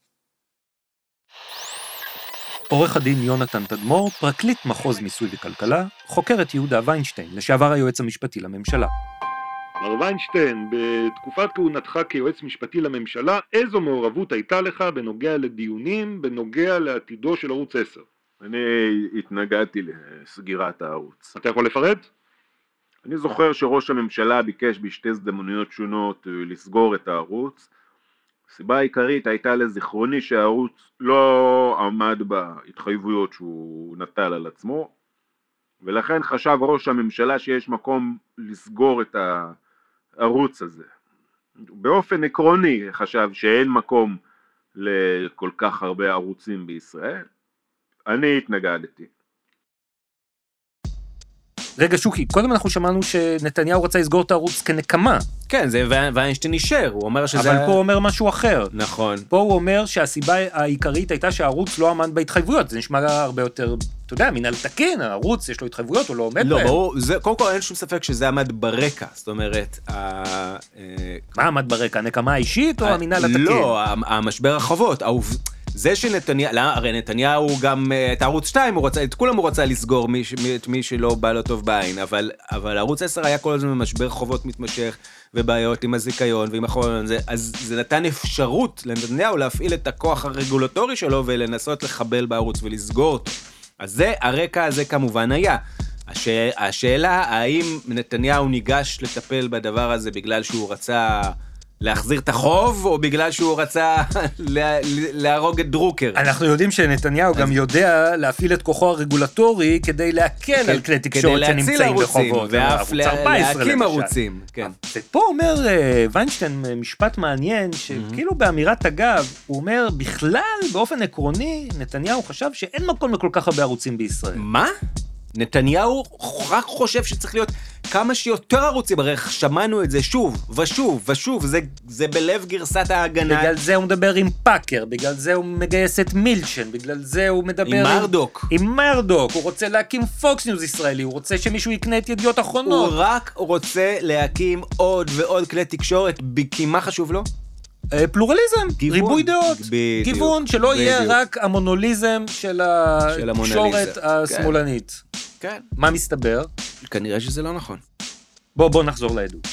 עורך הדין יונתן תדמור, פרקליט מחוז מיסוי וכלכלה, חוקר את יהודה ויינשטיין, לשעבר היועץ המשפטי לממשלה. מר ויינשטיין, בתקופת כהונתך כיועץ משפטי לממשלה, איזו מעורבות הייתה לך בנוגע לדיונים, בנוגע לעתידו של ערוץ עשר? אני התנגדתי לסגירת הערוץ. אתה יכול לפרט? אני זוכר שראש הממשלה ביקש בשתי הזדמנויות שונות לסגור את הערוץ. הסיבה העיקרית הייתה לזיכרוני שהערוץ לא עמד בהתחייבויות שהוא נטל על עצמו, ולכן חשב ראש הממשלה שיש מקום לסגור את הערוץ הזה. באופן עקרוני חשב שאין מקום לכל כך הרבה ערוצים בישראל. אני התנגדתי. רגע שוקי, קודם אנחנו שמענו שנתניהו רצה לסגור את הערוץ כנקמה. כן, זה ויינשטיין אישר, הוא אומר שזה... אבל פה הוא אומר משהו אחר. נכון. פה הוא אומר שהסיבה העיקרית הייתה שהערוץ לא עמד בהתחייבויות, זה נשמע הרבה יותר, אתה יודע, מנהל תקין, הערוץ יש לו התחייבויות, הוא לא עומד לא, בהם. לא, ברור, זה, קודם כל אין שום ספק שזה עמד ברקע, זאת אומרת... ה... מה עמד ברקע, הנקמה האישית או המנהל התקין? לא, המשבר החובות, העובד... זה שנתניהו, הרי נתניהו גם את ערוץ שתיים, הוא רצה, את כולם הוא רצה לסגור מי, את מי שלא בא לו טוב בעין, אבל, אבל ערוץ עשר היה כל הזמן משבר חובות מתמשך, ובעיות עם הזיכיון ועם החובות, אז זה נתן אפשרות לנתניהו להפעיל את הכוח הרגולטורי שלו, ולנסות לחבל בערוץ ולסגור אותו. אז זה, הרקע הזה כמובן היה. הש, השאלה, האם נתניהו ניגש לטפל בדבר הזה בגלל שהוא רצה... להחזיר את החוב, או בגלל שהוא רצה להרוג את דרוקר? אנחנו יודעים שנתניהו גם יודע להפעיל את כוחו הרגולטורי, כדי להקל על כלי תקשורת שנמצאים בחובות. ואף להקים ערוצים. ופה אומר ויינשטיין משפט מעניין, שכאילו באמירת אגב, הוא אומר, בכלל, באופן עקרוני, נתניהו חשב שאין מקום לכל כך הרבה ערוצים בישראל. מה? נתניהו רק חושב שצריך להיות כמה שיותר ערוצים, הרי שמענו את זה שוב ושוב ושוב, זה, זה בלב גרסת ההגנה. בגלל זה הוא מדבר עם פאקר, בגלל זה הוא מגייס את מילצ'ן, בגלל זה הוא מדבר עם מרדוק. עם, עם מרדוק, הוא רוצה להקים פוקס ניוז ישראלי, הוא רוצה שמישהו יקנה את ידיעות אחרונות. הוא רק רוצה להקים עוד ועוד כלי תקשורת, כי מה חשוב לו? פלורליזם, גיוון. ריבוי דעות, בדיוק. גיוון, שלא בדיוק. יהיה רק המונוליזם של התקשורת השמאלנית. כן. מה מסתבר? כנראה שזה לא נכון. בוא, בוא נחזור לעדות.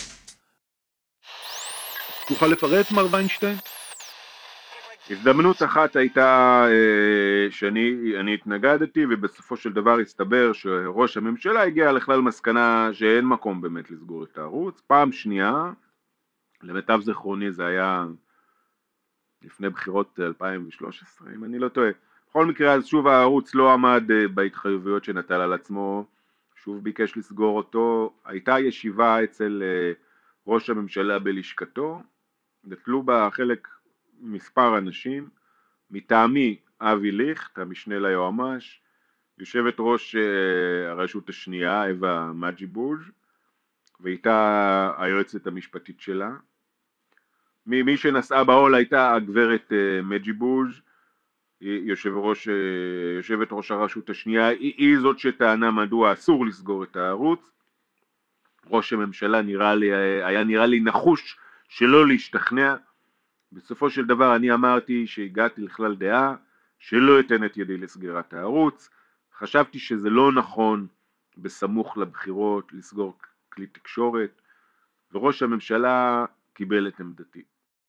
תוכל לפרט, מר ויינשטיין? הזדמנות אחת הייתה אה, שאני אני התנגדתי, ובסופו של דבר הסתבר שראש הממשלה הגיע לכלל מסקנה שאין מקום באמת לסגור את הערוץ. פעם שנייה, למיטב זיכרוני זה היה לפני בחירות אלפיים ושלוש עשרה, אם אני לא טועה. בכל מקרה, אז שוב הערוץ לא עמד בהתחייבויות שנטל על עצמו, שוב ביקש לסגור אותו. הייתה ישיבה אצל ראש הממשלה בלשכתו, נטלו בה חלק מספר אנשים, מטעמי אבי ליכט, המשנה ליועמ"ש, יושבת ראש הרשות השנייה, אווה מג'יבוז', ואיתה היועצת המשפטית שלה. מי שנסעה בעול הייתה הגברת מג'יבוז', יושב ראש, יושבת ראש הרשות השנייה, היא, היא זאת שטענה מדוע אסור לסגור את הערוץ. ראש הממשלה נראה לי, היה נראה לי נחוש שלא להשתכנע. בסופו של דבר אני אמרתי שהגעתי לכלל דעה שלא אתן את ידי לסגירת הערוץ. חשבתי שזה לא נכון בסמוך לבחירות לסגור כלי תקשורת, וראש הממשלה קיבל את עמדתי.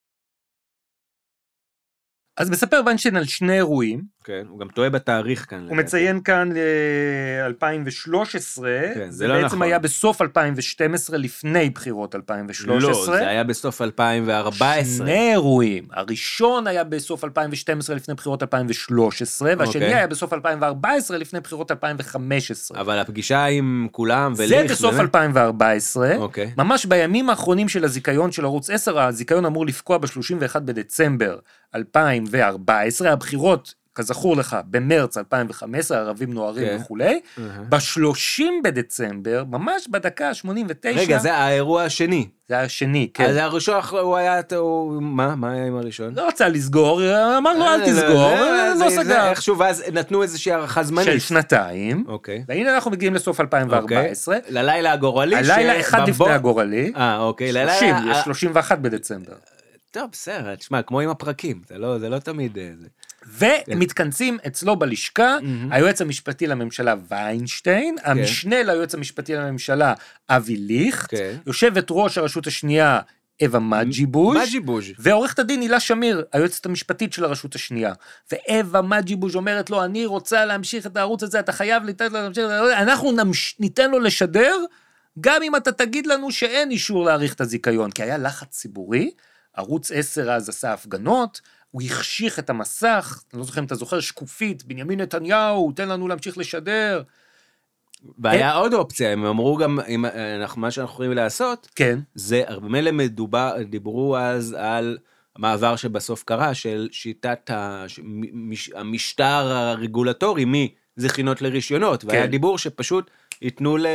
אז מספר ויינשטיין על שני אירועים. כן, הוא גם טועה בתאריך כאן. הוא מציין כאן ל-אלפיים ושלוש עשרה, כן, זה, זה לא בעצם נכון. היה בסוף אלפיים ושתים עשרה, לפני בחירות אלפיים ושלוש עשרה. לא, זה היה בסוף אלפיים וארבע עשרה. שני אירועים. הראשון היה בסוף אלפיים ושתים עשרה לפני בחירות אלפיים ושלוש עשרה, והשני אוקיי. היה בסוף אלפיים וארבע עשרה לפני בחירות אלפיים וחמש עשרה. אבל הפגישה עם כולם וליך... זה בסוף באמת? אלפיים וארבע עשרה, אוקיי. ממש בימים האחרונים של הזיכיון של ערוץ עשר, הזיכיון אמור לפקוע ב-שלושים ואחד בדצמבר אלפיים וארבע עשרה, הבחירות, כזכור לך, במרץ אלפיים וחמש עשרה, ערבים נוערים כן. וכולי, Uh-huh. ב-שלושים בדצמבר, ממש בדקה ה-שמונים ותשע, רגע, זה האירוע השני. זה היה השני, כן. אז הראשון, הוא היה... הוא... מה? מה היה עם הראשון? לא רצה לסגור, אמר לו אל אה, תסגור, זה- לא זה- זה סגר. איכשהו, ואז נתנו איזושהי הערכה זמנית. של שנתיים, אוקיי. והנה אנחנו מגיעים לסוף אלפיים וארבע עשרה, אוקיי. ללילה הגורלי. הלילה אחד שבבוא- לפני הגורלי, אה, אוקיי. שלושים, ללילה... יש שלושים ואחת בדצמבר. טוב, בסדר, תשמע, כמו עם הפרקים, זה לא, זה לא תמיד... אה, זה... ומתכנסים אצלו בלשכה, היועץ המשפטי לממשלה ויינשטיין, המשנה ליועץ המשפטי לממשלה אבי ליכט, כן. יושבת ראש הרשות השנייה אווה מג'יבוז', מג'יבוז'. ועורכת הדין הילה שמיר, היועצת המשפטית של הרשות השנייה. ואווה מג'יבוז' אומרת לו, אני רוצה להמשיך את הערוץ הזה, אתה חייב לתת לו להמשיך, אנחנו נמש... ניתן לו לשדר, גם אם אתה תגיד לנו שאין אישור להאריך את הזיכיון, כי היה לחץ ציבורי, ערוץ עשר אז עשה הפגנות, הוא החשיך את המסך, אני לא זוכר אם אתה זוכר, שקופית, בנימין נתניהו, תן לנו להמשיך לשדר. והיה עוד אופציה, הם אמרו גם, אם אנחנו, מה שאנחנו יכולים לעשות, כן. זה, במילא מדובר, דיברו אז על המעבר שבסוף קרה, של שיטת המש, המשטר הרגולטורי, מזכיונות לרישיונות, והיה כן. דיבור שפשוט ייתנו ל,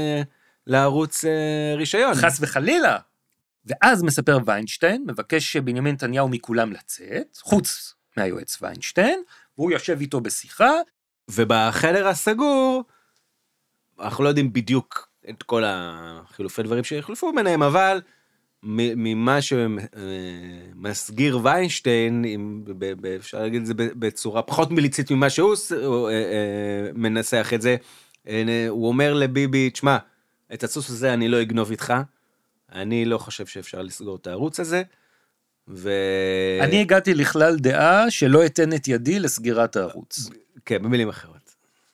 לערוץ רישיון. חס וחלילה. ואז מספר ויינשטיין, מבקש שבנימין נתניהו מכולם לצאת, חוץ מהיועץ ויינשטיין, והוא יושב איתו בשיחה. ובחדר הסגור, אנחנו לא יודעים בדיוק את כל החילופי דברים שיחלפו ביניהם, אבל ממה שמסגיר ויינשטיין, אפשר להגיד את זה בצורה פחות מיליצית ממה שהוא מנסח את זה, הוא אומר לביבי, תשמע, את הסוס הזה אני לא אגנוב איתך, אני לא חושב שאפשר לסגור את הערוץ הזה, ו... אני הגעתי לכלל דעה שלא אתן את ידי לסגירת הערוץ. כן, במילים אחרות.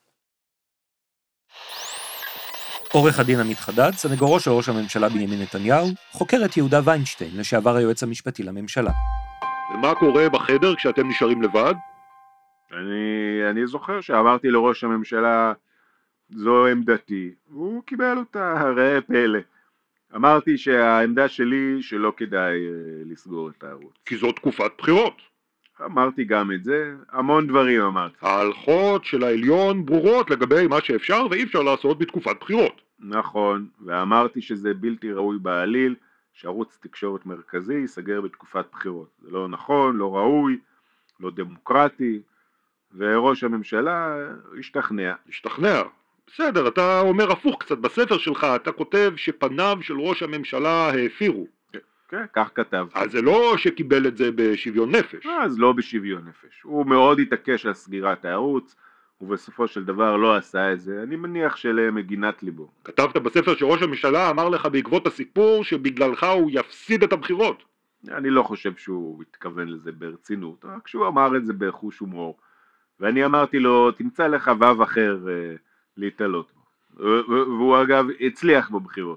עורך הדין עמית חדד, סנגורו של ראש הממשלה בנימין נתניהו, חוקר את יהודה ויינשטיין, לשעבר היועץ המשפטי לממשלה. ומה קורה בחדר כשאתם נשארים לבד? אני, אני זוכר שאמרתי לראש הממשלה, זו עמדתי, הוא קיבל אותה, ראה פלא. אמרתי שהעמדה שלי שלא כדאי לסגור את הערוץ. כי זו תקופת בחירות. אמרתי גם את זה, המון דברים אמרתי. ההלכות של העליון ברורות לגבי מה שאפשר ואי אפשר לעשות בתקופת בחירות. נכון, ואמרתי שזה בלתי ראוי בעליל, שערוץ תקשורת מרכזי ייסגר בתקופת בחירות. זה לא נכון, לא ראוי, לא דמוקרטי, וראש הממשלה השתכנע. השתכנע. בסדר, אתה אומר הפוך קצת בספר שלך, אתה כותב שפניו של ראש הממשלה האפירו. כן, כך כתב. אז זה לא שקיבל את זה בשוויון נפש. אז לא בשוויון נפש. הוא מאוד התעקש על סגירת הערוץ, ובסופו של דבר לא עשה את זה. אני מניח שלמגינת ליבו. כתבת בספר שראש הממשלה אמר לך בעקבות הסיפור שבגללך הוא יפסיד את הבחירות. אני לא חושב שהוא התכוון לזה ברצינות, רק שהוא אמר את זה בחוש הומור. ואני אמרתי לו, תמצא לך וו אחר אה, להתעלות בו. והוא אגב הצליח בבחירות.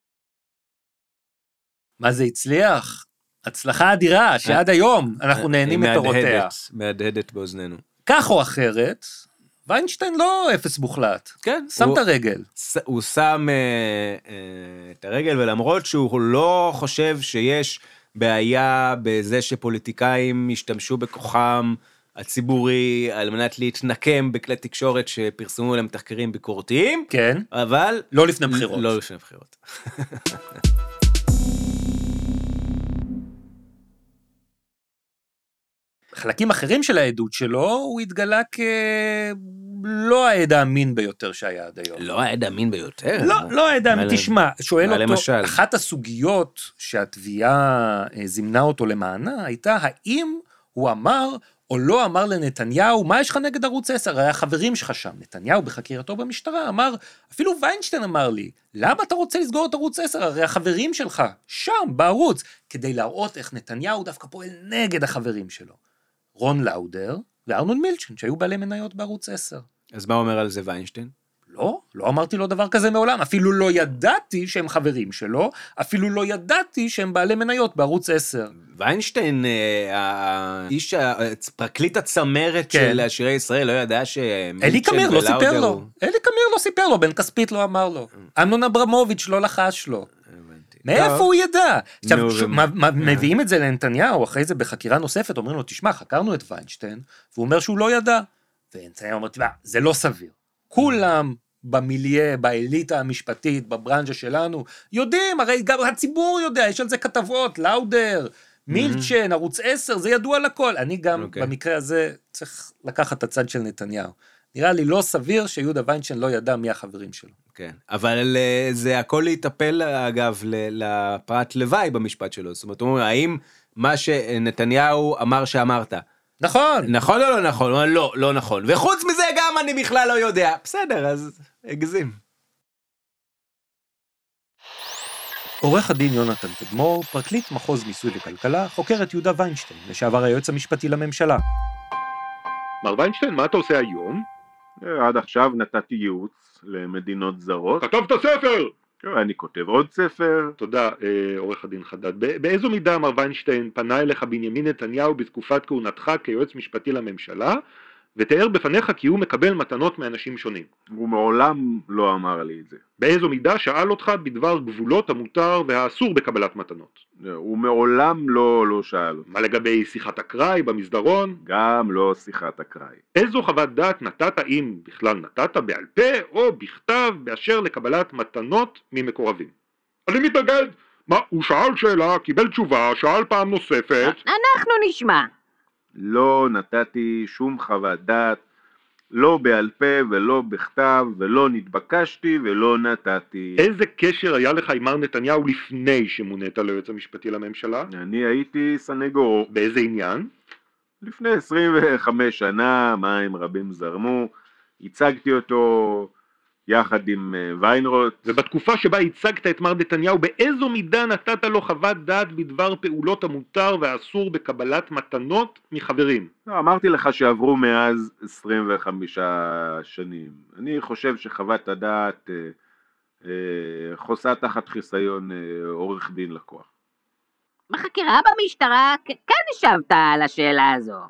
מה זה הצליח? הצלחה אדירה, שעד היום אנחנו נהנים מפירותיה. מהדהדת באוזנינו. כך או אחרת, ויינשטיין לא אפס מוחלט. כן. שם את הרגל. הוא שם אה, אה, את הרגל, ולמרות שהוא לא חושב שיש בעיה בזה שפוליטיקאים ישתמשו בכוחם הציבורי על מנת להתנקם בכלי תקשורת שפרסמו להם תחקירים ביקורתיים. כן. אבל... לא לפני בחירות. לא לפני בחירות. חלקים אחרים של העדות שלו, הוא התגלה כלא העד האמין ביותר שהיה עד היום. לא העד האמין ביותר? לא, לא העד האמין. תשמע, שואל אותו, למשל? אחת הסוגיות שהתביעה זימנה אותו למענה, הייתה האם הוא אמר או לא אמר לנתניהו, מה יש לך נגד ערוץ עשר? הרי החברים שלך שם. נתניהו בחקירתו במשטרה אמר, אפילו ויינשטיין אמר לי, למה אתה רוצה לסגור את ערוץ עשר? הרי החברים שלך שם, בערוץ, כדי להראות איך נתניהו דווקא פועל נגד החברים שלו. רון לאודר וארנון מילצ'ן, שהיו בעלי מניות בערוץ עשר. אז מה אומר על זה ויינשטיין? לא, לא אמרתי לו דבר כזה מעולם, אפילו לא ידעתי שהם חברים שלו, אפילו לא ידעתי שהם בעלי מניות בערוץ עשר. ויינשטיין, האיש, פרקליט הצמרת של עשירי ישראל, לא ידע שמילצ'ן אלי קמיר לא סיפר לו, אלי קמיר לא סיפר לו, בן כספית לא אמר לו, אמנון אברמוביץ' לא לחש לו. מאיפה הוא ידע? עכשיו, מביאים את זה לנתניהו, אחרי זה בחקירה נוספת, אומרים לו, תשמע, חקרנו את ויינשטיין, והוא אומר שהוא לא ידע. ונתניהו אומר, תשמע, זה לא סביר. כולם במיליה, באליטה המשפטית, בברנז'ה שלנו, יודעים, הרי גם הציבור יודע, יש על זה כתבות, לאודר, מילצ'ן, ערוץ עשר, זה ידוע לכל. אני גם, במקרה הזה, צריך לקחת את הצד של נתניהו. נראה לי לא סביר שיהודה ויינשטיין לא ידע מי החברים שלו. כן, אבל זה הכל להתאפל, אגב, לפרט לוואי במשפט שלו. זאת אומרת, אומרים, האם מה שנתניהו אמר שאמרת, נכון. נכון או לא נכון? לא, לא נכון. וחוץ מזה גם אני בכלל לא יודע. בסדר, אז הגזים. עורך הדין יונתן תדמור, פרקליט מחוז מיסוי וכלכלה, חוקר את יהודה ויינשטיין, לשעבר היועץ המשפטי לממשלה. מר ויינשטיין, מה אתה עושה היום? עד עכשיו נתתי ייעוץ למדינות זרות. כתבת ספר! אני כותב עוד ספר. תודה, עורך הדין חדד. באיזו מידה מר ויינשטיין פנה אליך בנימין נתניהו בתקופת כהונתך כיועץ משפטי לממשלה, ותיאר בפניך כי הוא מקבל מתנות מאנשים שונים? הוא מעולם לא אמר לי את זה. באיזו מידה שאל אותך בדבר גבולות המותר והאסור בקבלת מתנות? הוא מעולם לא, לא שאל. מה לגבי שיחת אקראי במסדרון? גם לא שיחת אקראי. איזו חוות דעת נתת, אם בכלל נתת, בעל פה או בכתב, באשר לקבלת מתנות ממקורבים? אני מתנגד. מה, הוא שאל שאלה, קיבל תשובה, שאל פעם נוספת. אנחנו נשמע. לא נתתי שום חוות דעת, לא בעל פה ולא בכתב, ולא נתבקשתי ולא נתתי. איזה קשר היה לך עם מר נתניהו לפני שמונית ליועץ המשפטי לממשלה? אני הייתי סנגור. באיזה עניין? לפני עשרים וחמש שנה, מים רבים זרמו, הצגתי אותו יחד עם ויינרוט. ובתקופה שבה הצגת את מר נתניהו, באיזו מידה נתת לו חוות דעת בדבר פעולות המותר והאסור בקבלת מתנות מחברים? לא, אמרתי לך שעברו מאז עשרים וחמש שנים. אני חושב שחוות הדעת אה, אה, חוסה תחת חיסיון אה, עורך דין לקוח. בחקירה במשטרה כן השבת על השאלה הזו.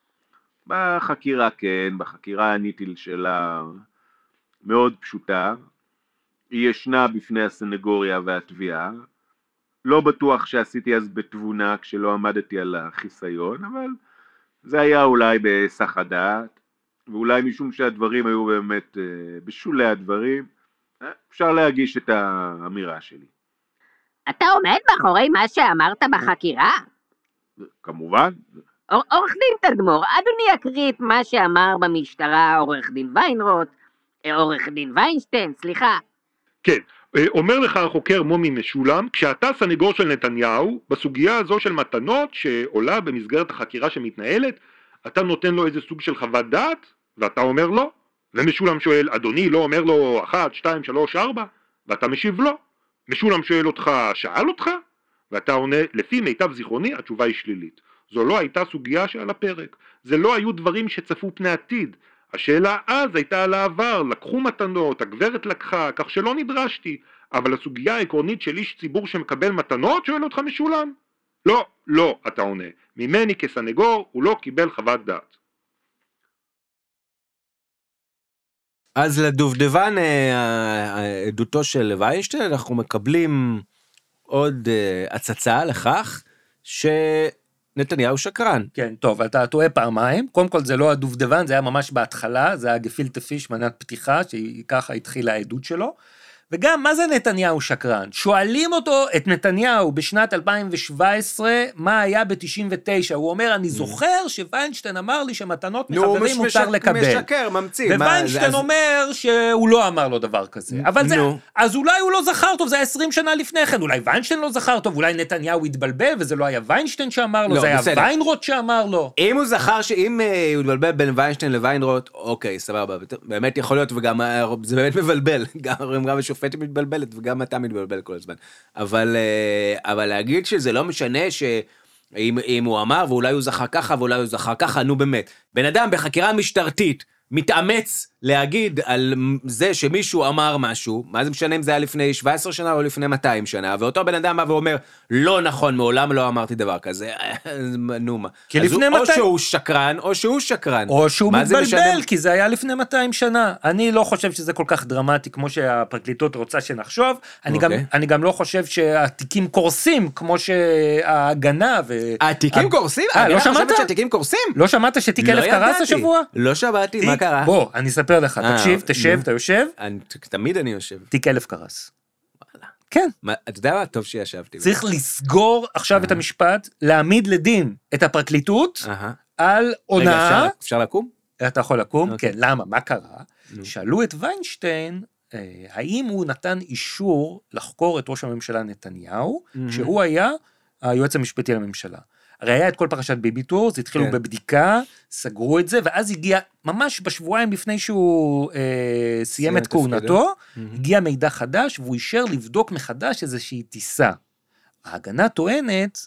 בחקירה כן, בחקירה עניתי לשאלה מאוד פשוטה, היא ישנה בפני הסנגוריה והתביעה, לא בטוח שעשיתי אז בתבונה כשלא עמדתי על החיסיון, אבל זה היה אולי בסך הדעת, ואולי משום שהדברים היו באמת בשולי הדברים, אפשר להגיש את האמירה שלי. אתה עומד מאחורי מה שאמרת בחקירה? כמובן. עורך דין תדמור, אדוני יקריא את מה שאמר במשטרה עורך דין ויינרוט, עורך דין ויינשטיין, סליחה. כן, אומר לך החוקר מומי משולם, כשאתה סניגור של נתניהו, בסוגיה הזו של מתנות שעולה במסגרת החקירה שמתנהלת, אתה נותן לו איזה סוג של חוות דעת, ואתה אומר לו, ומשולם שואל, אדוני לא אומר לו אחת, שתיים, שלוש, ארבע, ואתה משיב לו. משולם שואל אותך, שאל אותך? ואתה עונה, לפי מיטב זיכרוני, התשובה היא שלילית. זו לא הייתה סוגיה שעל הפרק. זה לא היו דברים שצפו פני עתיד. השאלה אז הייתה על העבר, לקחו מתנות, הגברת לקחה, כך שלא נדרשתי. אבל הסוגיה העקרונית של איש ציבור שמקבל מתנות, שואל אותך משולם? לא, לא, אתה עונה. ממני כסנגור הוא לא קיבל חוות דעת. אז לדובדבן עדותו של ויינשטיין, אנחנו מקבלים עוד הצצה לכך שנתניהו שקרן. כן, טוב, אתה טועה פעמיים. קודם כל זה לא הדובדבן, זה היה ממש בהתחלה, זה היה גפילטע פיש, מנת פתיחה, שהיא ככה התחילה העדות שלו. וגם, מה זה נתניהו שקרן? שואלים אותו, את נתניהו, בשנת אלפיים שבע עשרה, מה היה ב-תשעים ותשע? הוא אומר, אני זוכר שוויינשטיין אמר לי שמתנות מחברים מותר לקבל. משקר, ממציא. וויינשטיין אומר שהוא לא אמר לו דבר כזה. אבל זה, אז אולי הוא לא זכר טוב, זה היה עשרים שנה לפני כן, אולי ויינשטיין לא זכר טוב, אולי נתניהו התבלבל, וזה לא היה ויינשטיין שאמר לו, זה היה ויינרוט שאמר לו. אם הוא זכר שאם הוא התבלבל בין ויינשטיין לוויינרוט, אוקיי, סבבה, באמת יכול להיות, וגם זה באמת מבלבל, גם השופט מתבלבלת, וגם אתה מתבלבל כל הזמן. אבל, אבל להגיד שזה לא משנה שאם, אם הוא אמר, ואולי הוא זכר ככה, ואולי הוא זכר ככה, נו באמת. בן אדם בחקירה משטרתית, מתאמץ להגיד על זה שמישהו אמר משהו, מה זה משנה אם זה היה לפני שבע עשרה שנה או לפני מאתיים שנה, ואותו בן אדם בא ואומר, לא נכון, מעולם לא אמרתי דבר כזה, נו מה. אז הוא, או שהוא שקרן, או שהוא שקרן. או שהוא מתבלבל, כי זה היה לפני מאתיים שנה. אני לא חושב שזה כל כך דרמטי, כמו שהפרקליטות רוצה שנחשוב, אני, גם, אני גם לא חושב שהתיקים קורסים, כמו שההגנה ו... התיקים קורסים? אני לא שמעת שהתיקים קורסים? לא שמעת שתיק אלף קרס השבוע? לא שמעתי, מה קרה? בוא, אני אספר לך, תקשיב, תשב, אתה יושב. תמיד אני יושב. תיק אלף קרס. כן. אתה יודע מה? טוב שישבתי. צריך לסגור עכשיו את המשפט, להעמיד לדין את הפרקליטות על הונאה. רגע, אפשר לקום? אתה יכול לקום, כן. למה? מה קרה? שאלו את ויינשטיין, האם הוא נתן אישור לחקור את ראש הממשלה נתניהו, שהוא היה היועץ המשפטי לממשלה. הרי היה את כל פרשת ביבי טורס, התחילו בבדיקה, סגרו את זה, ואז הגיע, ממש בשבועיים לפני שהוא אה, סיים את כהונתו, הגיע מידע חדש, והוא אישר לבדוק מחדש איזושהי טיסה. ההגנה טוענת,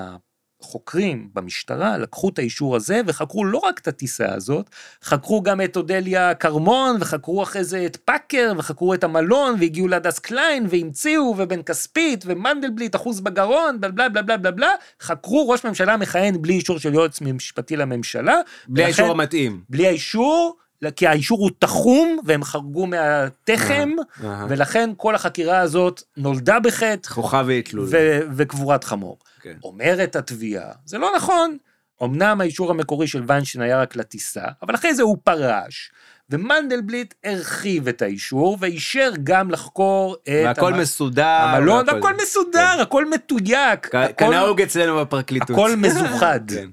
החוקרים במשטרה לקחו את האישור הזה, וחקרו לא רק את הטיסה הזאת, חקרו גם את אודליה קרמון, וחקרו אחרי זה את פאקר, וחקרו את המלון, והגיעו לדס קליין, והמציאו, ובן כספית, ומנדלבליט, אחוז בגרון, בלה בלה בלה בלה בלה, חקרו ראש ממשלה מכהן בלי אישור של יועץ משפטי לממשלה. בלי ולכן, האישור המתאים. בלי האישור, כי האישור הוא תחום, והם חרגו מהתחם, ולכן כל החקירה הזאת נולדה בחטא, חוכה והתלול. וקבורת חמור. אומרת התביעה, זה לא נכון, אמנם האישור המקורי של ויינשטיין היה רק לטיסה, אבל אחרי זה הוא פרש, ומנדלבליט הרחיב את האישור, ואישר גם לחקור את והכל המ... מסודר, המלון, והכל, והכל מסודר, כן. הכל מתויק, כנהוג אצלנו בפרקליטות. הכל מזוחד. כן.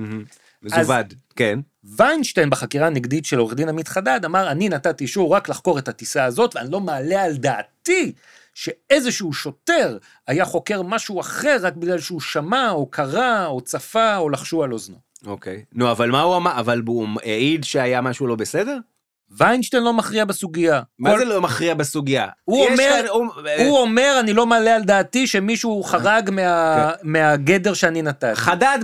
מזובד, כן. ויינשטיין בחקירה הנגדית של עורך דין עמית חדד, אמר, אני נתתי אישור רק לחקור את הטיסה הזאת, ואני לא מעלה על דעתי, שאיזשהו שוטר היה חוקר משהו אחר, רק בגלל שהוא שמע, או קרא, או צפה, או לחשו על אוזנו. אוקיי. נו, אבל מה הוא אמר? אבל הוא העיד שהיה משהו לא בסדר? ויינשטיין לא מכריע בסוגיה. מה כל... זה לא מכריע בסוגיה? הוא אומר, כאן, הוא... הוא אומר, אני לא מעלה על דעתי שמישהו חרג מה... okay. מהגדר שאני נתתי. חדד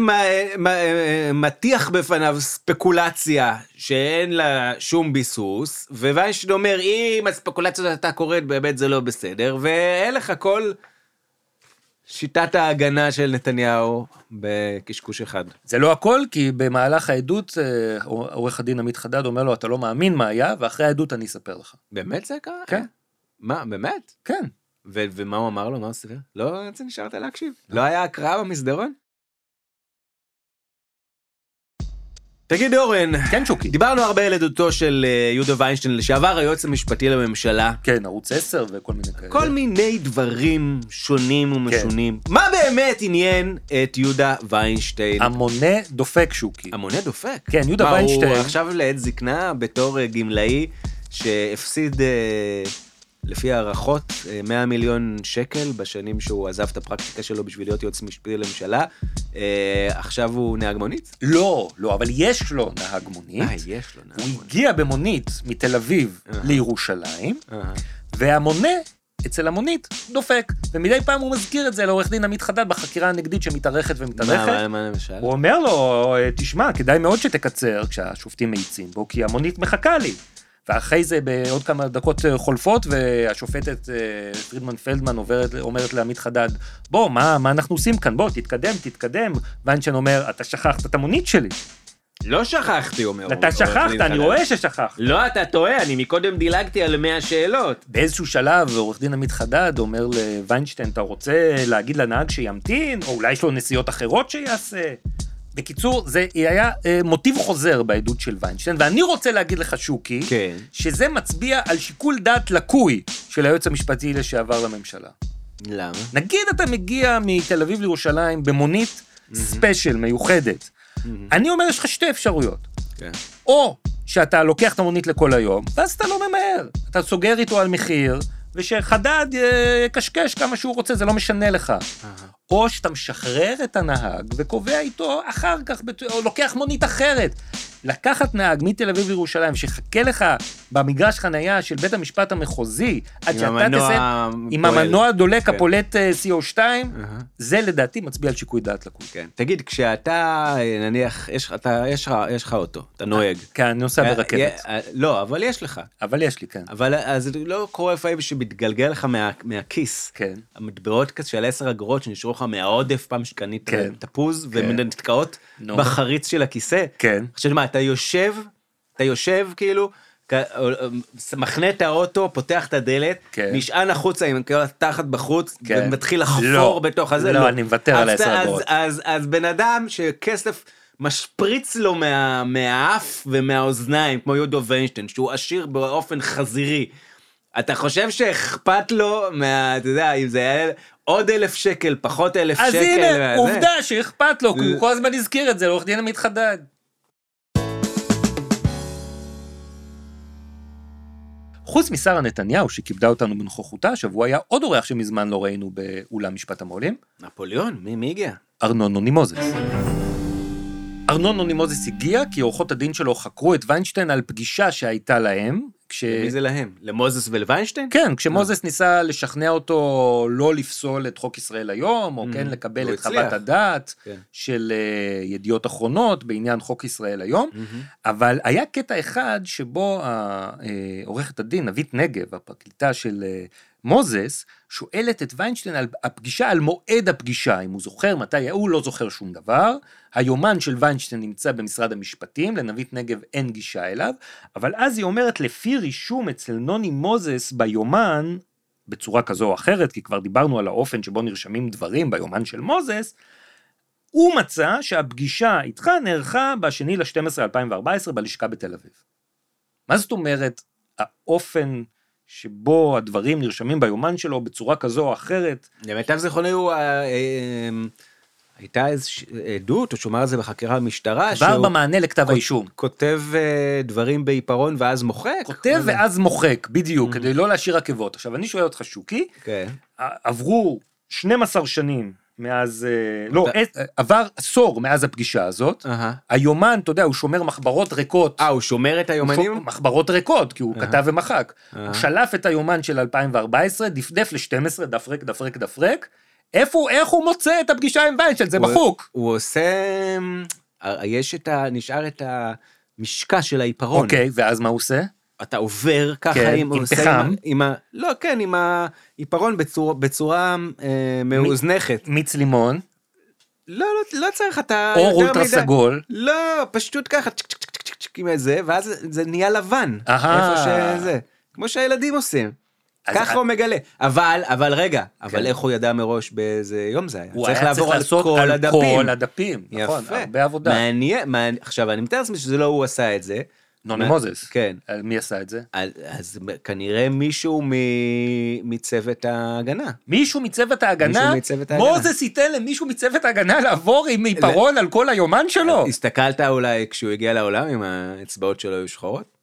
מתיח בפניו ספקולציה שאין לה שום ביסוס, וויינשטיין אומר, אם הספקולציה אתה קוראת, באמת זה לא בסדר, ואין לך כל שיטת ההגנה של נתניהו בקשקוש אחד. זה לא הכל, כי במהלך העדות, עורך הדין עמית חדד אומר לו, אתה לא מאמין מה היה, ואחרי העדות אני אספר לך. באמת זה קרה? כן. מה, באמת? כן. ו- ומה הוא אמר לו? מה הוא סיפר? לא, זה נשארת להקשיב. לא היה הקראה במסדרון? תגיד אורן, כן שוקי. דיברנו הרבה על עדותו של אה, יהודה ויינשטיין, לשעבר היועץ המשפטי לממשלה. כן, ערוץ עשר וכל מיני כאלה. כל מיני דברים שונים ומשונים. מה באמת עניין את יהודה ויינשטיין? המונה דופק שוקי. המונה דופק? כן, יהודה מה, ויינשטיין. הוא עכשיו לעת זקנה בתור אה, גמלאי שהפסיד אה, לפי הערכות אה, מאה מיליון שקל בשנים שהוא עזב את הפרקטיקה שלו בשביל להיות יועץ משפטי לממשלה. אה, עכשיו הוא נהג מונית? לא, לא, אבל יש לו נהג מונית. אה, יש לו נהג הוא מונית. הגיע במונית מתל אביב אהה. לירושלים, אהה. והמונה אצל המונית דופק, ומדי פעם הוא מזכיר את זה לעורך דין עמית חדד בחקירה הנגדית שמתארכת מה, ומתארכת. מה, מה למשל? הוא אומר לו, תשמע, כדאי מאוד שתקצר כשהשופטים מאיצים בו, כי המונית מחכה לי. ואחרי זה בעוד כמה דקות חולפות, והשופטת פרידמן פלדמן אומרת, אומרת לעמית חדד, בוא, מה, מה אנחנו עושים כאן? בוא, תתקדם, תתקדם. ויינשטיין אומר, אתה שכחת את המונית שלי. לא שכחתי, אומר. אתה עורך שכחת, דין אני חדד. רואה ששכחת. לא, אתה טועה, אני מקודם דילגתי על מאה שאלות. באיזשהו שלב, עורך דין עמית חדד אומר לוויינשטיין, אתה רוצה להגיד לנהג שימתין, או אולי יש לו נסיעות אחרות שיעשה? בקיצור, זה היה אה, מוטיב חוזר בעדות של ויינשטיין, ואני רוצה להגיד לך, שוקי, כן. שזה מצביע על שיקול דעת לקוי של היועץ המשפטי לשעבר לממשלה. למה? נגיד אתה מגיע מתל אביב לירושלים במונית ספיישל, מיוחדת. אני אומר, יש לך שתי אפשרויות. כן. או שאתה לוקח את המונית לכל היום, ואז אתה לא ממהר. אתה סוגר איתו על מחיר, ושחדד יקשקש כמה שהוא רוצה, זה לא משנה לך. או שאתה משחרר את הנהג, וקובע איתו אחר כך, או לוקח מונית אחרת. לקחת נהג מתל אביב לירושלים, שחכה לך במגרש חנייה של בית המשפט המחוזי, עד שאתה תסיים, עם המנוע דולק הפולט סי או שתיים, זה לדעתי מצביע על שיקול דעת לקוי. כן. תגיד, כשאתה, נניח, יש, אתה, יש, לך, יש לך אוטו, אתה נוהג. כן, אני נוסע ברכבת. לא, אבל יש לך. אבל יש לי, כן. אבל אז לא קורה לפעמים שמתגלגל לך מה, מהכיס. כן. המטבעות כזה של עשר אגורות שנשארו לך מהעודף פעם שקנית כן. תפוז, כן. ונתקעות נו. בחריץ של הכיסא. כן. עכשיו מה, אתה יושב, אתה יושב כאילו, כ- מחנה את האוטו, פותח את הדלת, כן. נשען החוצה עם כאילו תחת בחוץ, כן. ומתחיל לחפור לא. בתוך הזה. לא, אני מוותר על אז- העשר אז- אגורות. אז, אז בן אדם שכסף משפריץ לו מה, מהאף ומהאוזניים, כמו יהודה ויינשטיין, שהוא עשיר באופן חזירי, אתה חושב שאכפת לו מה, אתה יודע, אם זה היה עוד אלף שקל, פחות אלף אז שקל, הנה, וזה. עובדה שאכפת לו, כי הוא כל הזמן הזכיר את זה, לעורך דין עמית חדד. חוץ משרה נתניהו שכיבדה אותנו בנוכחותה, השבוע היה עוד אורח שמזמן לא ראינו באולם משפט המו"לים, נפוליאון, מי, מי הגיע? ארנון נוני מוזס. ארנון נוני מוזס הגיע כי עורכות הדין שלו חקרו את ויינשטיין על פגישה שהייתה להם, כש... מי זה להם? למוזס ולוויינשטיין? כן, כשמוזס ניסה לשכנע אותו לא לפסול את חוק ישראל היום, או כן לקבל הוא את הצליח. חוות הדעת כן. של uh, ידיעות אחרונות בעניין חוק ישראל היום, אבל היה קטע אחד שבו עורכת הדין, נבית נגב, הפרקליטה של uh, מוזס, שואלת את ויינשטיין על הפגישה, על מועד הפגישה, אם הוא זוכר מתי, הוא לא זוכר שום דבר, היומן של ויינשטיין נמצא במשרד המשפטים, לנבית נגב אין גישה אליו, אבל אז היא אומרת, לפי רישום אצל נוני מוזס ביומן, בצורה כזו או אחרת, כי כבר דיברנו על האופן שבו נרשמים דברים ביומן של מוזס, הוא מצא שהפגישה איתך נערכה בשני לשתים עשרה אלפיים וארבע עשרה בלשכה בתל אביב. מה זאת אומרת, האופן שבו הדברים נרשמים ביומן שלו בצורה כזו או אחרת? למיטב זיכרוני הוא... אה, אה, הייתה איזושהי עדות, או שומע על זה בחקירה במשטרה, כבר במענה לכתב האישום. כותב אה, דברים בעיפרון ואז מוחק. כותב ואז מוחק, בדיוק, כדי לא להשאיר עקבות. עכשיו, אני שואל אותך, שוקי, כן. עברו שנים עשר שנים מאז, לא, עבר עשור מאז הפגישה הזאת, היומן, אתה יודע, הוא שומר מחברות ריקות. אה, הוא שומר את היומנים? מחברות ריקות, כי הוא כתב ומחק. הוא שלף את היומן של אלפיים וארבע עשרה, דפדף ל-שתים עשרה, דף ריק, דף ריק, דף ריק. איפה, איך הוא מוצא את הפגישה עם ויינשטיין? זה מחוק. הוא עושה, יש את ה, נשאר את המשקע של העיפרון. אוקיי, ואז מה הוא עושה? אתה עובר ככה כן, עם, עם פחם. עם ה, לא, כן, עם העיפרון בצורה, בצורה אה, מאוזנחת. מיץ לימון. לא, לא, לא צריך, אתה... אור אולטרה סגול. לא, פשוט ככה, צ'ק צ'ק צ'ק צ'ק עם זה, ואז זה נהיה לבן. אהה. איפה שזה. כמו שהילדים עושים. ככה הוא מגלה. אבל, אבל רגע, אבל איך הוא ידע מראש באיזה יום זה היה? הוא צריך היה לעבור צריך על לעשות כל על הדפים. כל הדפים, נכון, יפה. הרבה עבודה. מעניין, עכשיו, אני מתאר לעצמי שזה לא הוא עשה את זה. נוני מוזס. כן. מי עשה את זה? אז כנראה מישהו מצוות ההגנה. מישהו מצוות ההגנה? מישהו מצוות ההגנה. מוזס ייתן למישהו מצוות ההגנה לעבור עם עיפרון על כל היומן שלו? הסתכלת אולי כשהוא הגיע לעולם עם האצבעות שלו היו שחורות?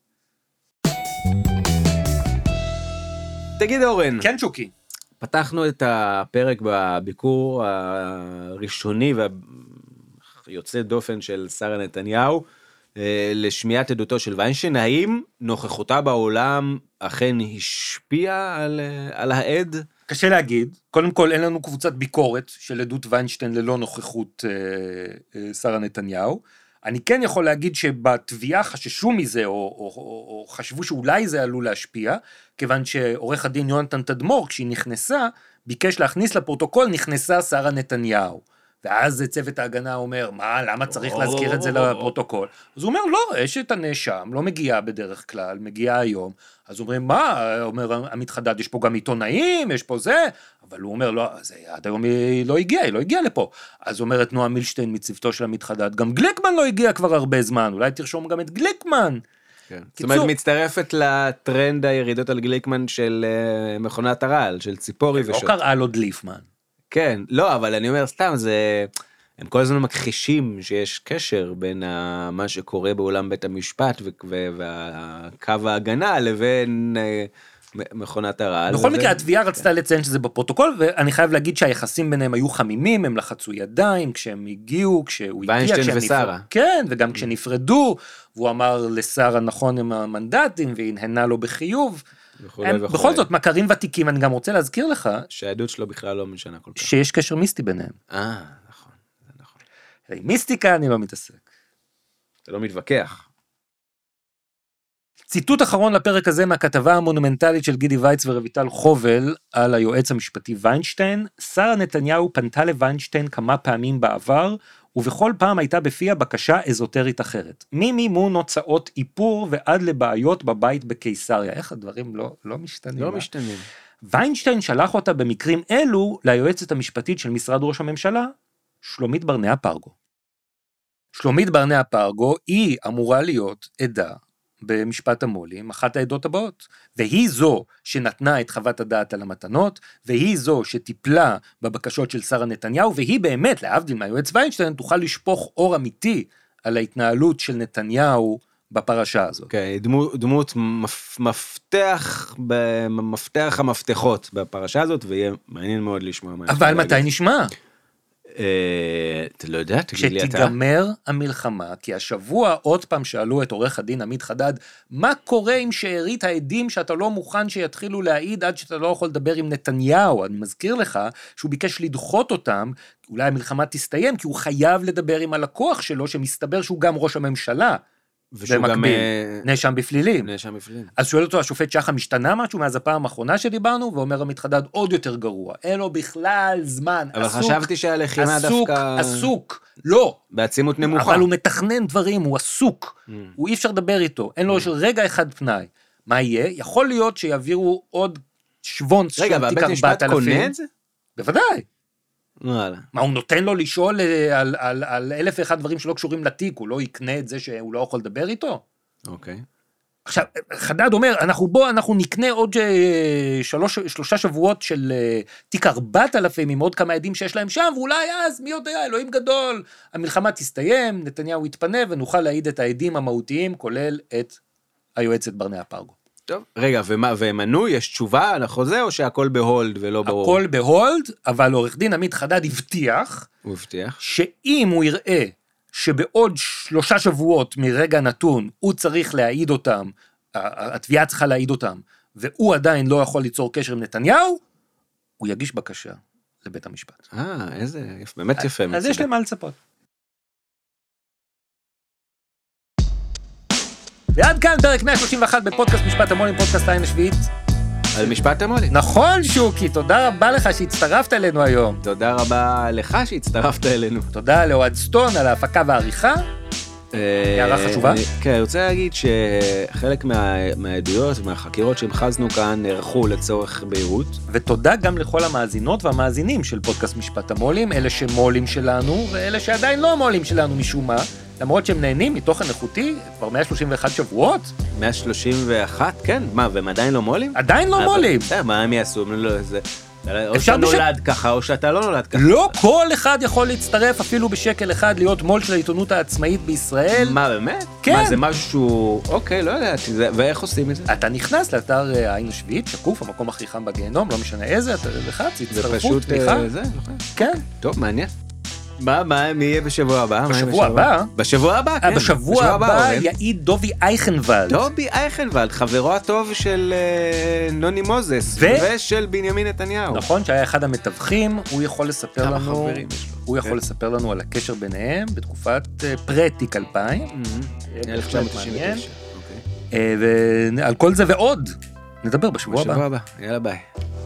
תגיד אורן. כן שוקי. פתחנו את הפרק בביקור הראשוני והיוצא דופן של שרה נתניהו, לשמיעת עדותו של ויינשטיין. האם נוכחותה בעולם אכן השפיעה על, על העד? קשה להגיד. קודם כל אין לנו קבוצת ביקורת של עדות ויינשטיין ללא נוכחות אה, אה, שרה נתניהו. אני כן יכול להגיד שבתביעה חששו מזה, או, או, או, או חשבו שאולי זה עלול להשפיע, כיוון שעורך הדין יונתן תדמור, כשהיא נכנסה, ביקש להכניס לפרוטוקול, נכנסה שרה נתניהו. ואז צוות ההגנה אומר, מה, למה צריך להזכיר את זה לפרוטוקול? אז הוא אומר, לא, אשת הנאשם לא מגיעה בדרך כלל, מגיעה היום. אז אומרים, מה, אומר המתחדד, יש פה גם עיתונאים, יש פה זה, אבל הוא אומר, לא, זה, עד היום היא לא הגיעה, היא לא הגיעה לפה. אז אומרת נועה מילשטיין מצוותו של המתחדד, גם גליקמן לא הגיע כבר הרבה זמן, אולי תרשום גם את גליקמן. כן. זאת אומרת, מצטרפת לטרנד הירידות על גליקמן של uh, מכונת הרעל, של ציפורי ושוט. לא קראה לו דליפמן. כן, לא, אבל אני אומר סתם, זה, הם כל הזמן מכחישים שיש קשר בין מה שקורה באולם בית המשפט והקו ההגנה לבין מכונת הרעל. בכל מקרה, התביעה רצתה לציין שזה בפרוטוקול, ואני חייב להגיד שהיחסים ביניהם היו חמימים, הם לחצו ידיים כשהם הגיעו, כשהוא הגיע, ויינשטיין ושרה. כן, וגם כשנפרדו, והוא אמר לשרה נכון עם המנדטים, והנהנה לו בחיוב. בכל זאת, מכרים ותיקים, אני גם רוצה להזכיר לך, שהעדות שלו בכלל לא משנה כל כך. שיש קשר מיסטי ביניהם. אה, נכון, זה נכון. מיסטיקה אני לא מתעסק. אתה לא מתווכח. ציטוט אחרון לפרק הזה מהכתבה המונומנטלית של גידי וייץ ורויטל חובל על היועץ המשפטי ויינשטיין. שרה נתניהו פנתה לוויינשטיין כמה פעמים בעבר, ובכל פעם הייתה בפיה בקשה אזוטרית אחרת. ממימון הוצאות איפור ועד לבעיות בבית בקיסריה. איך הדברים לא, לא משתנים? לא משתנים. ויינשטיין שלח אותה במקרים אלו ליועצת המשפטית של משרד ראש הממשלה, שלומית ברנע פרגו. שלומית ברנע פרגו היא אמורה להיות עדה במשפט המולים, אחת העדות הבאות, והיא זו שנתנה את חוות הדעת על המתנות, והיא זו שטיפלה בבקשות של שרה נתניהו, והיא באמת, להבדיל מהיועץ ויינשטיין, תוכל לשפוך אור אמיתי על ההתנהלות של נתניהו בפרשה הזאת. כן, okay, דמות, דמות מפ, מפתח, במפתח המפתחות בפרשה הזאת, ויהיה מעניין מאוד לשמוע. אבל מתי להגיד. נשמע? אתה לא יודע, תגיד לי אתה. כשתיגמר המלחמה, כי השבוע עוד פעם שאלו את עורך הדין עמית חדד, מה קורה עם שארית העדים שאתה לא מוכן שיתחילו להעיד עד שאתה לא יכול לדבר עם נתניהו? אני מזכיר לך שהוא ביקש לדחות אותם, אולי המלחמה תסתיים, כי הוא חייב לדבר עם הלקוח שלו, שמסתבר שהוא גם ראש הממשלה. ושהוא גם נאשם בפלילים. נאשם בפלילים. אז שואל אותו השופט שחם, משתנה משהו מאז הפעם האחרונה שדיברנו, ואומר המתחדד עוד יותר גרוע. אין לו בכלל זמן. אבל חשבתי שהלחימה דווקא... עסוק, עסוק. לא. בעצימות נמוכה. אבל הוא מתכנן דברים, הוא עסוק. הוא אי אפשר לדבר איתו. אין לו רגע אחד פנאי. מה יהיה? יכול להיות שיעבירו עוד שבון של תיק ארבעת אלפים. רגע, והבית משפט קונה את זה? בוודאי. וואלה. מה, הוא נותן לו לשאול על, על, על אלף ואחד דברים שלא קשורים לתיק, הוא לא יקנה את זה שהוא לא יכול לדבר איתו? אוקיי. עכשיו, חדד אומר, אנחנו בוא, אנחנו נקנה עוד שלוש, שלושה שבועות של תיק ארבעת אלפים, עם עוד כמה עדים שיש להם שם, ואולי אז, מי יודע, אלוהים גדול, המלחמה תסתיים, נתניהו יתפנה, ונוכל להעיד את העדים המהותיים, כולל את היועצת ברנע פרגו. טוב, רגע, ומה, ומנו, יש תשובה על החוזה, או שהכל בהולד ולא ברור? הכל בהולד, אבל עורך דין עמית חדד הבטיח, הוא הבטיח, שאם הוא יראה שבעוד שלושה שבועות מרגע נתון, הוא צריך להעיד אותם, התביעה צריכה להעיד אותם, והוא עדיין לא יכול ליצור קשר עם נתניהו, הוא יגיש בקשה לבית המשפט. אה, איזה, באמת יפה. אז יש למה לצפות. ועד כאן פרק מאה שלושים ואחת בפודקאסט משפט המולים, פודקאסט העין השביעית. על משפט המולים. נכון שוקי, תודה רבה לך שהצטרפת אלינו היום. תודה רבה לך שהצטרפת אלינו. תודה לאוהד סטון על ההפקה והעריכה. הערה חשובה? כן, אני רוצה להגיד שחלק מהעדויות ומהחקירות שהמחזנו כאן נערכו לצורך בהירות. ותודה גם לכל המאזינות והמאזינים של פודקאסט משפט המו"לים, אלה שמו"לים שלנו ואלה שעדיין לא מו"לים שלנו משום מה, למרות שהם נהנים מתוכן איכותי כבר מאה שלושים ואחת שבועות. מאה שלושים ואחת, כן? מה, והם עדיין לא מו"לים? עדיין לא מו"לים. בסדר, מה הם יעשו? או שאתה נולד ככה, או שאתה לא נולד ככה. לא כל אחד יכול להצטרף אפילו בשקל אחד להיות מו"ל של העיתונות העצמאית בישראל. מה, באמת? כן. מה, זה משהו שהוא... אוקיי, לא יודעת, ואיך עושים את זה? אתה נכנס לאתר העין השביעית, שקוף, המקום הכי חם בגיהנום, לא משנה איזה, אתה לחץ, הצטרפות, ופשוט תמיכה. זה, כן. טוב, מעניין. מה, מה, מי יהיה בשבוע הבא? בשבוע הבא? בשבוע הבא, כן. בשבוע הבא יעיד דובי אייכנוולד. דובי אייכנוולד, חברו הטוב של נוני מוזס, ושל בנימין נתניהו. נכון, שהיה אחד המתווכים, הוא יכול לספר לנו... כמה חברים יש לו. הוא יכול לספר לנו על הקשר ביניהם בתקופת פרה-תיק אלפיים. אלף תשע מאות תשעים ותשע. ועל כל זה ועוד, נדבר בשבוע הבא. בשבוע הבא, יאללה ביי.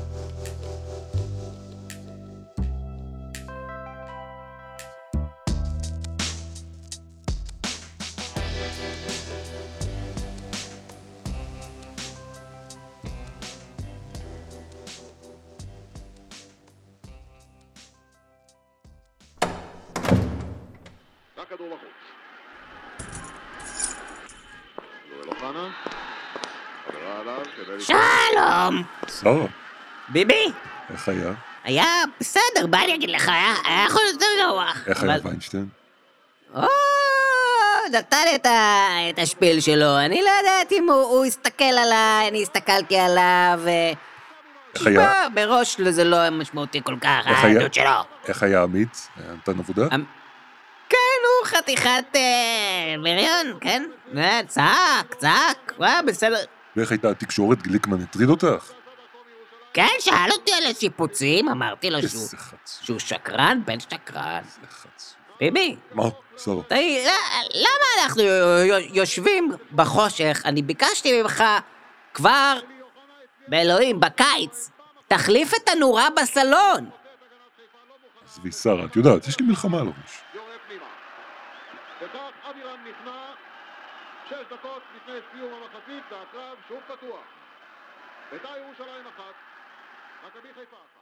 הכדור בחוץ. יואל אוחנה. חברה עליו כדי... שלום! שרה, ביבי! איך היה? היה בסדר, מה אני אגיד לך? היה היה יכול יותר גרוע. איך היה אבל- ויינשטיין? או, נתן את ה- את השפיל שלו, אני לא יודעת אם הוא הוא הסתכל עליי, אני הסתכלתי עליו, ו... איך היה? שמע, בראש זה לא משמעותי כל כך, איך היה? העדות שלו. איך היה עמית? היה נתן עבודה? אמ- כן, הוא חתיכת אה, בריון, כן? אה, צעק, צעק, הוא היה בסדר. ואיך הייתה התקשורת? גליקמן הטריד אותך? כן, שאל אותי על השיפוצים, אמרתי לו שהוא, איזה חצוף. שהוא שקרן, בן שקרן. איזה חצוף. ביבי, מה? שרה. תראי, למה אנחנו יושבים בחושך? אני ביקשתי ממך כבר, באלוהים, בקיץ, תחליף את הנורה בסלון. עזבי, שרה, את יודעת, יש לי מלחמה על הראש. יורה פנימה. וכך אבירן נכנע. שש דקות לפני סיום המחצית, והקרב שוב פתוח. בית"ר ירושלים אחת, מכבי חיפה אחת.